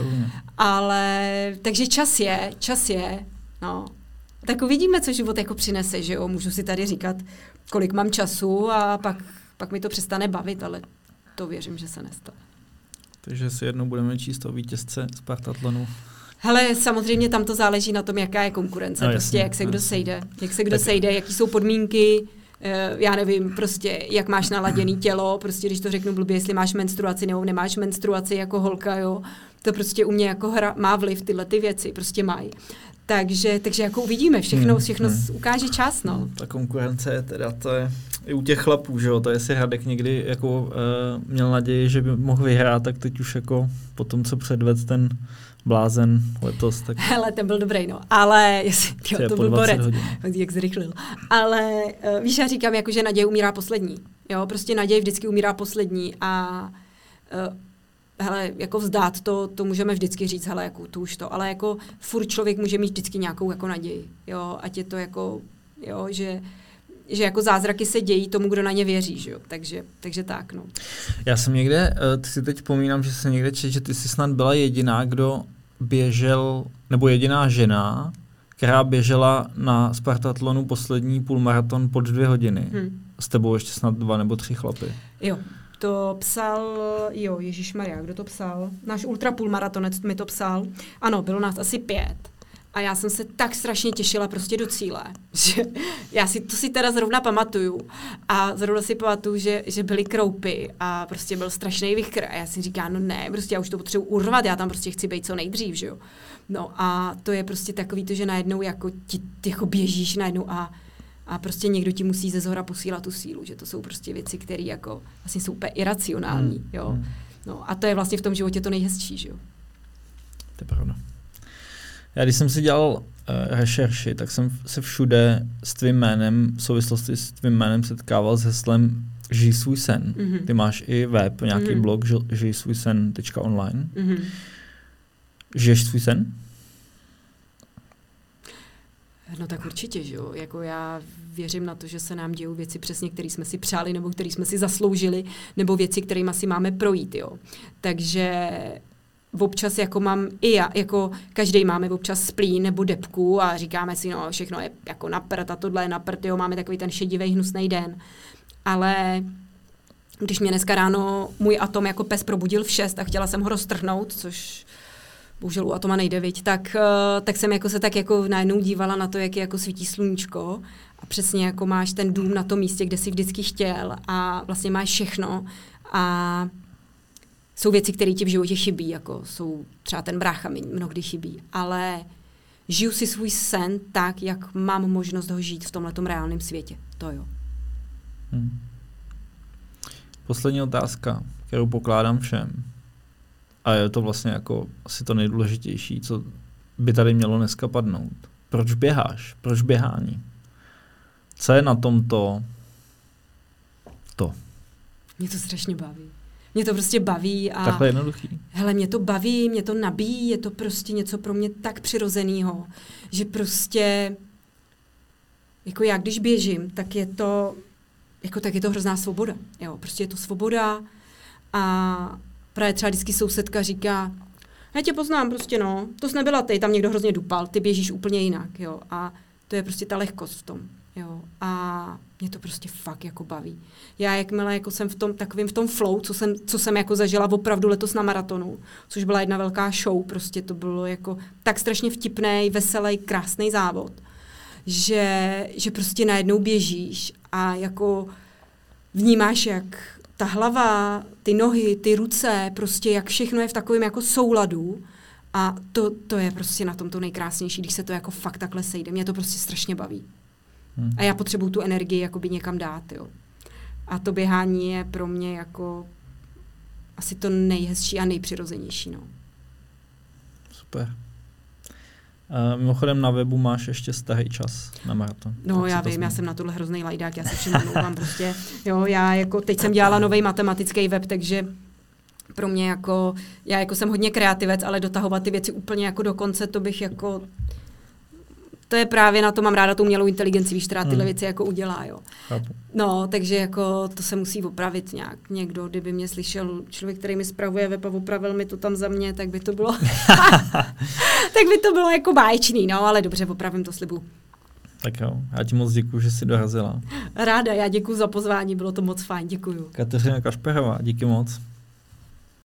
ale, takže čas je, čas je, no. Tak uvidíme, co život jako přinese, že jo. Můžu si tady říkat, kolik mám času a pak, pak mi to přestane bavit, ale to věřím, že se nestane. Takže si jednou budeme číst o vítězce Spartatlonu. Hele, samozřejmě tam to záleží na tom, jaká je konkurence, no, prostě jasně, jak se kdo jasně. sejde, jak se kdo tak... sejde, jaký jsou podmínky, já nevím, prostě jak máš naladěný tělo, prostě když to řeknu blbě, jestli máš menstruaci nebo nemáš menstruaci jako holka, jo, to prostě u mě jako hra má vliv, tyhle ty věci prostě mají. Takže, takže jako uvidíme, všechno, všechno hmm. ukáže čas, no. Ta konkurence je teda, to je i u těch chlapů, že jo, to jestli Radek někdy jako uh, měl naději, že by mohl vyhrát, tak teď už jako po tom, co předvedl ten blázen letos, tak... Hele, ten byl dobrý, no, ale jestli, jo, to byl borec, jak zrychlil. Ale uh, víš, já říkám, jako, že naděje umírá poslední, jo, prostě naděje vždycky umírá poslední a uh, hele, jako vzdát to, to můžeme vždycky říct, hele, jako to už to, ale jako furt člověk může mít vždycky nějakou jako naději, jo, ať je to jako, jo, že, že jako zázraky se dějí tomu, kdo na ně věří, že jo, takže, takže tak, no. Já jsem někde, ty si teď vzpomínám, že jsem někde četl, že ty jsi snad byla jediná, kdo běžel, nebo jediná žena, která běžela na Spartatlonu poslední půlmaraton pod dvě hodiny. Hmm. S tebou ještě snad dva nebo tři chlapy. Jo. to psal, jo, ježišmarja, kdo to psal? Náš ultrapůlmaratonec mi to psal. Ano, bylo nás asi pět. A já jsem se tak strašně těšila prostě do cíle, že já si to si teda zrovna pamatuju. A zrovna si pamatuju, že, že byly kroupy a prostě byl strašný vichr. A já si říkám, no ne, prostě já už to potřebuji urvat, já tam prostě chci být co nejdřív, že jo. No a to je prostě takový to, že najednou jako ti jako běžíš najednou a A prostě někdo ti musí ze zhora posílat tu sílu, že to jsou prostě věci, které jako vlastně jsou úplně iracionální, hmm. jo. No a to je vlastně v tom životě to nejhezčí, že jo. To je pravda. Já když jsem si dělal uh, rešerši, tak jsem se všude s tvým jménem, v souvislosti s tvým jménem setkával s heslem Žij svůj sen. Mm-hmm. Ty máš i web, nějaký mm-hmm. blog žij svůj sen tečka online. Mm-hmm. Žiješ svůj sen? No tak určitě, že jo. Jako já věřím na to, že se nám dějou věci přesně, které jsme si přáli, nebo které jsme si zasloužili, nebo věci, kterými si máme projít, jo. Takže občas jako mám i já, jako každý máme občas splín nebo depku a říkáme si, no všechno je jako na prd a tohle je na prd, jo, máme takový ten šedivý hnusný den. Ale když mě dneska ráno můj atom jako pes probudil v šest a chtěla jsem ho roztrhnout, což bohužel u atoma nejde, viď, tak, tak jsem jako se tak jako najednou dívala na to, jak je jako svítí sluníčko a přesně jako máš ten dům na tom místě, kde jsi vždycky chtěl a vlastně máš všechno a jsou věci, které ti v životě chybí, jako jsou třeba ten brácha mi mnohdy chybí, ale žiju si svůj sen tak, jak mám možnost ho žít v tomhletom reálném světě. To jo. Hmm. Poslední otázka, kterou pokládám všem. A je to vlastně jako asi to nejdůležitější, co by tady mělo dneska padnout. Proč běháš? Proč běhání? Co je na tomto to? Mě to strašně baví. Mě to prostě baví. A takhle jednoduchý. Hele, mě to baví, mě to nabíjí, je to prostě něco pro mě tak přirozenýho, že prostě jako já, když běžím, tak je to jako tak je to hrozná svoboda. Jo, prostě je to svoboda a právě třeba vždycky sousedka říká, já tě poznám prostě, no, to jsi nebyla ty, tam někdo hrozně dupal, ty běžíš úplně jinak, jo, a to je prostě ta lehkost v tom, jo, a mě to prostě fakt jako baví. Já jakmile jako jsem v tom takovým v tom flow, co jsem, co jsem jako zažila opravdu letos na maratonu, což byla jedna velká show, prostě to bylo jako tak strašně vtipnej, veselý, krásný závod, že, že prostě najednou běžíš a jako vnímáš, jak ta hlava, ty nohy, ty ruce, prostě jak všechno je v takovém jako souladu a to, to je prostě na tom to nejkrásnější, když se to jako fakt takhle sejde. Mě to prostě strašně baví. Hmm. A já potřebuju tu energii jakoby někam dát, jo. A to běhání je pro mě jako asi to nejhezčí a nejpřirozenější, no. Super. Uh, mimochodem na webu máš ještě starý čas na maraton. No já vím, já jsem na tohle hrozný lajdák, já se všem omlouvám prostě. Jo, já jako teď jsem dělala nový matematický web, takže pro mě jako, já jako jsem hodně kreativec, ale dotahovat ty věci úplně jako do konce, to bych jako, to je právě na to, mám ráda tu umělou inteligenci, víš, která tyhle hmm. věci jako udělá, jo. Chápu. No, takže jako to se musí opravit nějak někdo, kdyby mě slyšel člověk, který mi spravuje web a opravil mi to tam za mě, tak by to bylo, tak by to bylo jako báječný, no, ale dobře, opravím to, slibu. Tak jo, já ti moc děkuju, že jsi dorazila. Ráda, já děkuju za pozvání, bylo to moc fajn, děkuju. Kateřina Kašperová, díky moc.